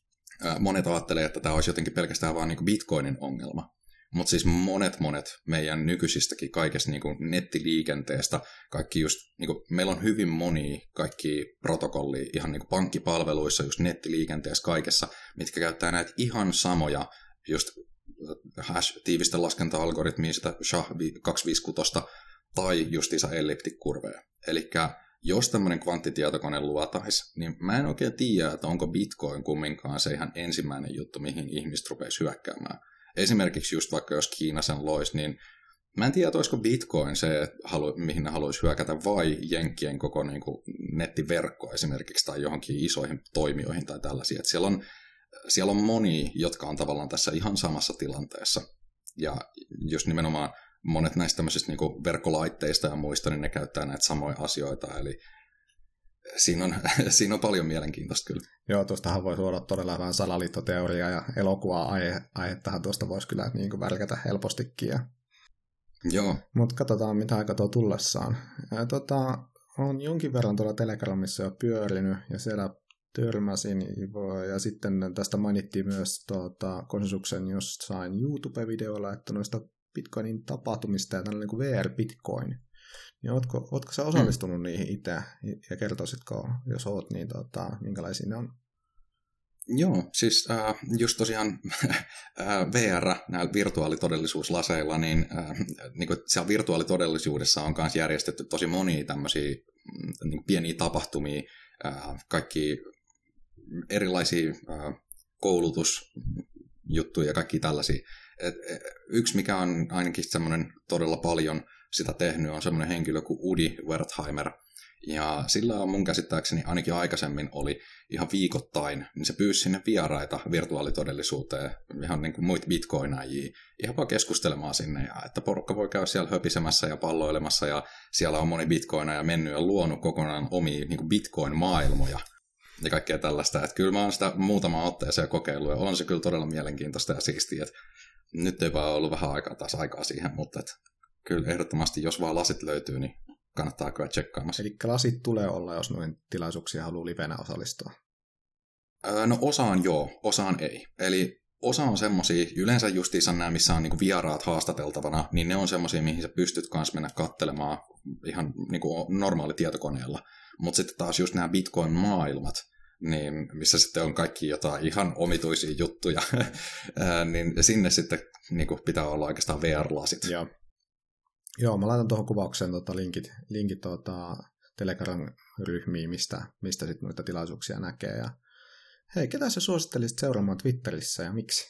S1: monet ajattelee, että tämä olisi jotenkin pelkästään vaan niin kuin Bitcoinin ongelma. Mutta siis monet, monet meidän nykyisistäkin kaikesta niin kuin nettiliikenteestä, kaikki just, niin kuin, meillä on hyvin monia kaikki protokollia ihan niin kuin pankkipalveluissa, just nettiliikenteessä kaikessa, mitkä käyttää näitä ihan samoja just hash-tiivisten laskenta-algoritmia, sitä S H A kaksisataaviisikymmentäkuusi tai justiinsa elliptikkurveja. Eli jos tämmöinen kvanttitietokone luotaisi, niin mä en oikein tiedä, että onko Bitcoin kumminkaan se ihan ensimmäinen juttu, mihin ihmiset rupeaisi hyökkäämään. Esimerkiksi just vaikka jos Kiina sen loisi, niin mä en tiedä, olisiko Bitcoin se, mihin ne haluaisi hyökätä, vai jenkkien koko niin kuin nettiverkko esimerkiksi, tai johonkin isoihin toimijoihin tai tällaisia. Että siellä on, siellä on monia, jotka on tavallaan tässä ihan samassa tilanteessa. Ja just nimenomaan monet näistä tämmöisistä niin kuin verkkolaitteista ja muista, niin ne käyttää näitä samoja asioita, eli Siinä on, siinä on paljon mielenkiintoista kyllä.
S3: Joo, tuostahan voi suoda todella vähän salaliittoteoriaa ja elokuvaa-aihettahan tuosta voisi kyllä niin kuin värkätä helpostikin.
S1: Joo.
S3: Mutta katsotaan, mitä aika tuo tullessaan. Ja, tota, on jonkin verran tuolla Telegramissa jo pyörinyt ja siellä törmäsin. Ja sitten tästä mainittiin myös tuota, konsensuksen jossain YouTube-videolla, että noista Bitcoinin tapahtumista ja tällainen kuin V R-Bitcoin. Ja ootko, ootko sä osallistunut hmm. niihin itse ja kertoisitko, jos oot, niin tota, minkälaisia ne on?
S1: Joo, siis äh, just tosiaan äh, V R näillä virtuaalitodellisuuslaseilla, niin, äh, niin kuin siellä virtuaalitodellisuudessa on myös järjestetty tosi monia tämmöisiä niin pieniä tapahtumia, äh, kaikki erilaisia äh, koulutusjuttuja ja kaikki tällaisia. Et, yksi, mikä on ainakin semmoinen todella paljon sitä tehnyt, on semmoinen henkilö kuin Udi Wertheimer. Ja sillä on mun käsittääkseni ainakin aikaisemmin oli ihan viikoittain, niin se pyysi sinne vieraita virtuaalitodellisuuteen, ihan niin kuin muita bitcoinajia, ihan vaan keskustelemaan sinne, ja että porukka voi käydä siellä höpisemässä ja palloilemassa, ja siellä on moni bitcoinaja mennyt ja luonut kokonaan omia niin kuin bitcoin-maailmoja ja kaikkea tällaista. Että kyllä mä oon sitä muutama otteeseen kokeillut, ja on se kyllä todella mielenkiintoista ja siistiä, että nyt ei vaan ollut vähän aikaa taas aikaa siihen, mutta että kyllä ehdottomasti, jos vaan lasit löytyy, niin kannattaa kyllä tsekkaamassa.
S3: Eli lasit tulee olla, jos noin tilaisuuksia haluaa livenä osallistua?
S1: Öö, no osaan joo, osaan ei. Eli osa on semmosia, yleensä justiinsa nämä, missä on niinku vieraat haastateltavana, niin ne on semmosia, mihin sä pystyt kanssa mennä katselemaan ihan niinku normaali tietokoneella. Mutta sitten taas just nämä Bitcoin-maailmat, niin missä sitten on kaikki jotain ihan omituisia juttuja, niin sinne sitten niinku pitää olla oikeastaan V R-lasit.
S3: Joo. Joo, mä laitan tuohon kuvaukseen tota linkit, linkit tota Telegram-ryhmiin, mistä, mistä sitten noita tilaisuuksia näkee. Ja hei, ketä sä suosittelisit seuraamaan Twitterissä ja miksi?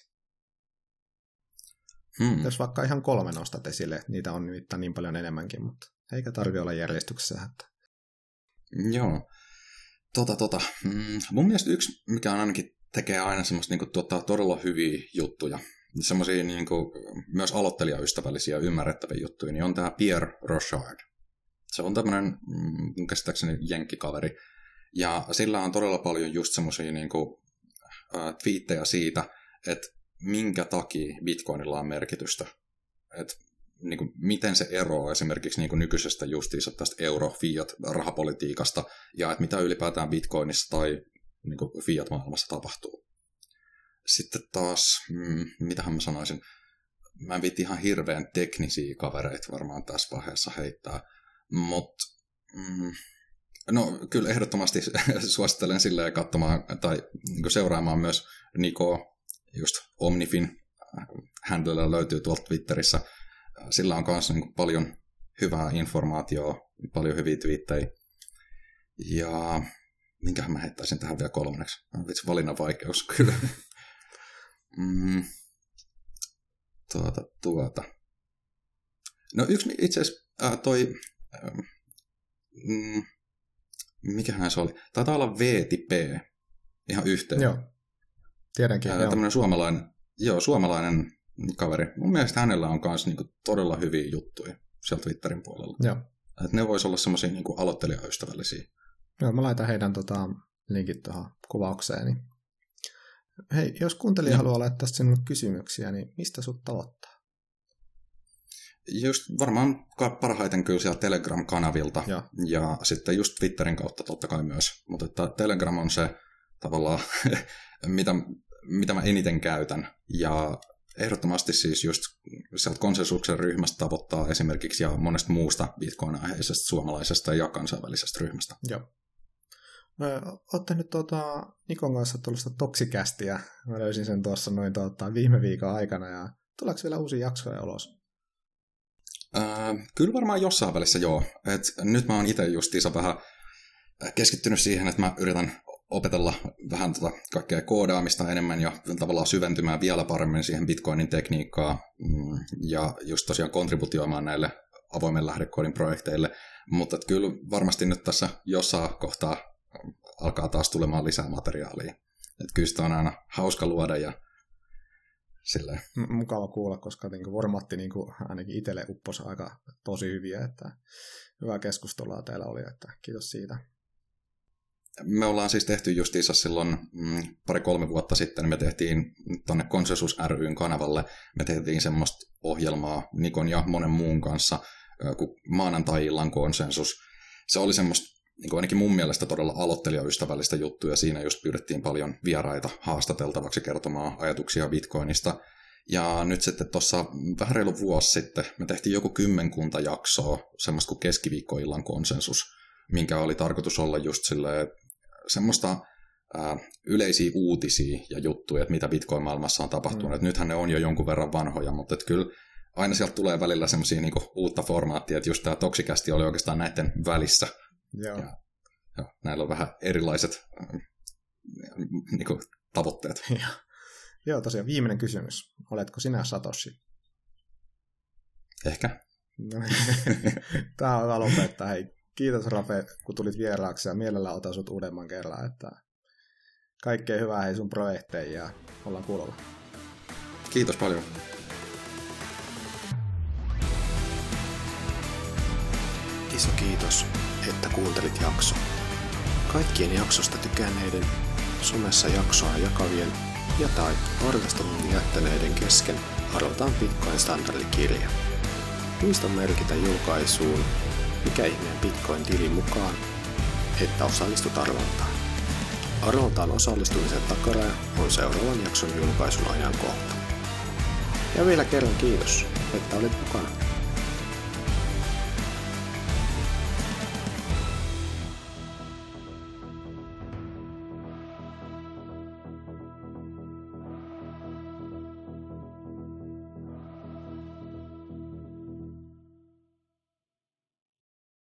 S3: Hmm. Jos vaikka ihan kolme nostat esille, niitä on nimittäin niin paljon enemmänkin, mutta eikä tarvitse olla järjestyksessä. Että...
S1: Joo. Tota, tota. Mm, mun mielestä yksi, mikä on ainakin tekee aina semmoista niin kuin, tuottaa todella hyviä juttuja, semmoisia niin kuin, myös aloittelijaystävällisiä ja ymmärrettäviä juttuja, niin on tämä Pierre Rochard. Se on tämmöinen, mm, käsittääkseni jenkkikaveri, ja sillä on todella paljon just semmoisia niin kuin, äh, twiittejä siitä, että minkä takia Bitcoinilla on merkitystä. Että niin kuin, miten se eroaa esimerkiksi niin kuin nykyisestä justiinsa tästä euro-fiat-rahapolitiikasta, ja että mitä ylipäätään Bitcoinissa tai niin kuin fiat-maailmassa tapahtuu. Sitten taas, mm, mitähän mä sanoisin, mä en viitti ihan hirveän teknisiä kavereita varmaan tässä vaiheessa heittää, mutta mm, no kyllä ehdottomasti suosittelen silleen katsomaan tai niin kuin seuraamaan myös Niko, just Omnifin handlella löytyy tuolta Twitterissä. Sillä on myös niin kuin paljon hyvää informaatiota, paljon hyviä twiittejä. Ja minkähän mä heittäisin tähän vielä kolmanneksi? Vitsi, valinnan vaikeus kyllä. mm, tuota, tuota. No yksi itse asiassa äh, toi, äh, mm, mikähän se oli? Taitaa olla V-T-P ihan yhteen.
S3: Joo, tiedänkin.
S1: Äh, tämmöinen suomalainen, joo, suomalainen kaveri. Mun mielestä hänellä on myös niinku todella hyviä juttuja sieltä Twitterin puolella.
S3: Joo.
S1: Et ne vois olla semmoisia niinku aloittelijaystävällisiä.
S3: Joo, mä laitan heidän tota, linkit tuohon kuvaukseen. Niin. Hei, jos kuuntelija ja. haluaa laittaa sinulle kysymyksiä, niin mistä sut tavoittaa?
S1: Just varmaan parhaiten kyllä siellä Telegram-kanavilta
S3: ja,
S1: ja sitten just Twitterin kautta totta kai myös. Mutta että Telegram on se tavallaan, mitä, mitä mä eniten käytän. Ja ehdottomasti siis just sieltä konsensuksen ryhmästä tavoittaa esimerkiksi ja monesta muusta Bitcoin-aiheisesta suomalaisesta ja kansainvälisestä ryhmästä.
S3: Joo. Olette nyt tuota, Nikon kanssa tuollaista toksikästiä. Mä löysin sen tuossa noin tuota, viime viikon aikana. Ja tuleeko vielä uusia jaksoja ulos?
S1: Öö, kyllä varmaan jossain välissä joo. Et nyt mä oon itse justiinsa vähän keskittynyt siihen, että mä yritän opetella vähän tota kaikkea koodaamista enemmän ja tavallaan syventymään vielä paremmin siihen Bitcoinin tekniikkaan ja just tosiaan kontributioimaan näille avoimen lähdekoodin projekteille. Mutta kyllä varmasti nyt tässä jossain kohtaa alkaa taas tulemaan lisää materiaalia. Että kyllä sitä on aina hauska luoda ja silleen.
S3: M- mukava kuulla, koska niinku formaatti niinku ainakin itselle upposi aika tosi hyviä. Että hyvää keskustelua teillä oli, että kiitos siitä.
S1: Me ollaan siis tehty justiinsa silloin mm, pari-kolme vuotta sitten, me tehtiin tuonne Konsensus ry:n kanavalle, me tehtiin semmoista ohjelmaa Nikon ja monen muun kanssa, kun maanantai-illan konsensus. Se oli semmoista, niin kuin ainakin mun mielestä todella aloittelijaystävällistä juttuja, siinä just pyydettiin paljon vieraita haastateltavaksi kertomaan ajatuksia Bitcoinista. Ja nyt sitten tuossa vähän reilu vuosi sitten me tehtiin joku kymmenkunta jaksoa, semmoista kuin keskiviikkoillan konsensus, minkä oli tarkoitus olla just silleen, semmoista ää, yleisiä uutisia ja juttuja, että mitä Bitcoin-maailmassa on tapahtunut. Mm. Nythän ne on jo jonkun verran vanhoja, mutta et kyllä aina sieltä tulee välillä semmoisia niinku uutta formaattia, että just tämä toksikästi oli oikeastaan näiden välissä.
S3: Joo.
S1: Ja, ja näillä on vähän erilaiset äh, niinku, tavoitteet.
S3: Joo, tosiaan viimeinen kysymys. Oletko sinä Satoshi?
S1: Ehkä.
S3: No, tämä on hyvä lopettaa. Hei, kiitos Rafe, kun tulit vieraaksi ja mielellään otan sut uudemman kerran. Että kaikkea hyvää hei sun projekteihin ja ollaan kuulolla.
S1: Kiitos paljon.
S2: Iso kiitos, että kuuntelit jakson. Kaikkien jaksosta tykänneiden, somessa jaksoa jakavien ja tai arvostelun jättäneiden kesken arvotaan Bitcoin-standardikirja. Muista merkitä julkaisuun mikä ihmeen Bitcoin-tilin mukaan, että osallistut arvontaan. Arvontaan osallistumisen takaraja on seuraavan jakson julkaisun ajankohta. Ja vielä kerran kiitos, että olit mukana.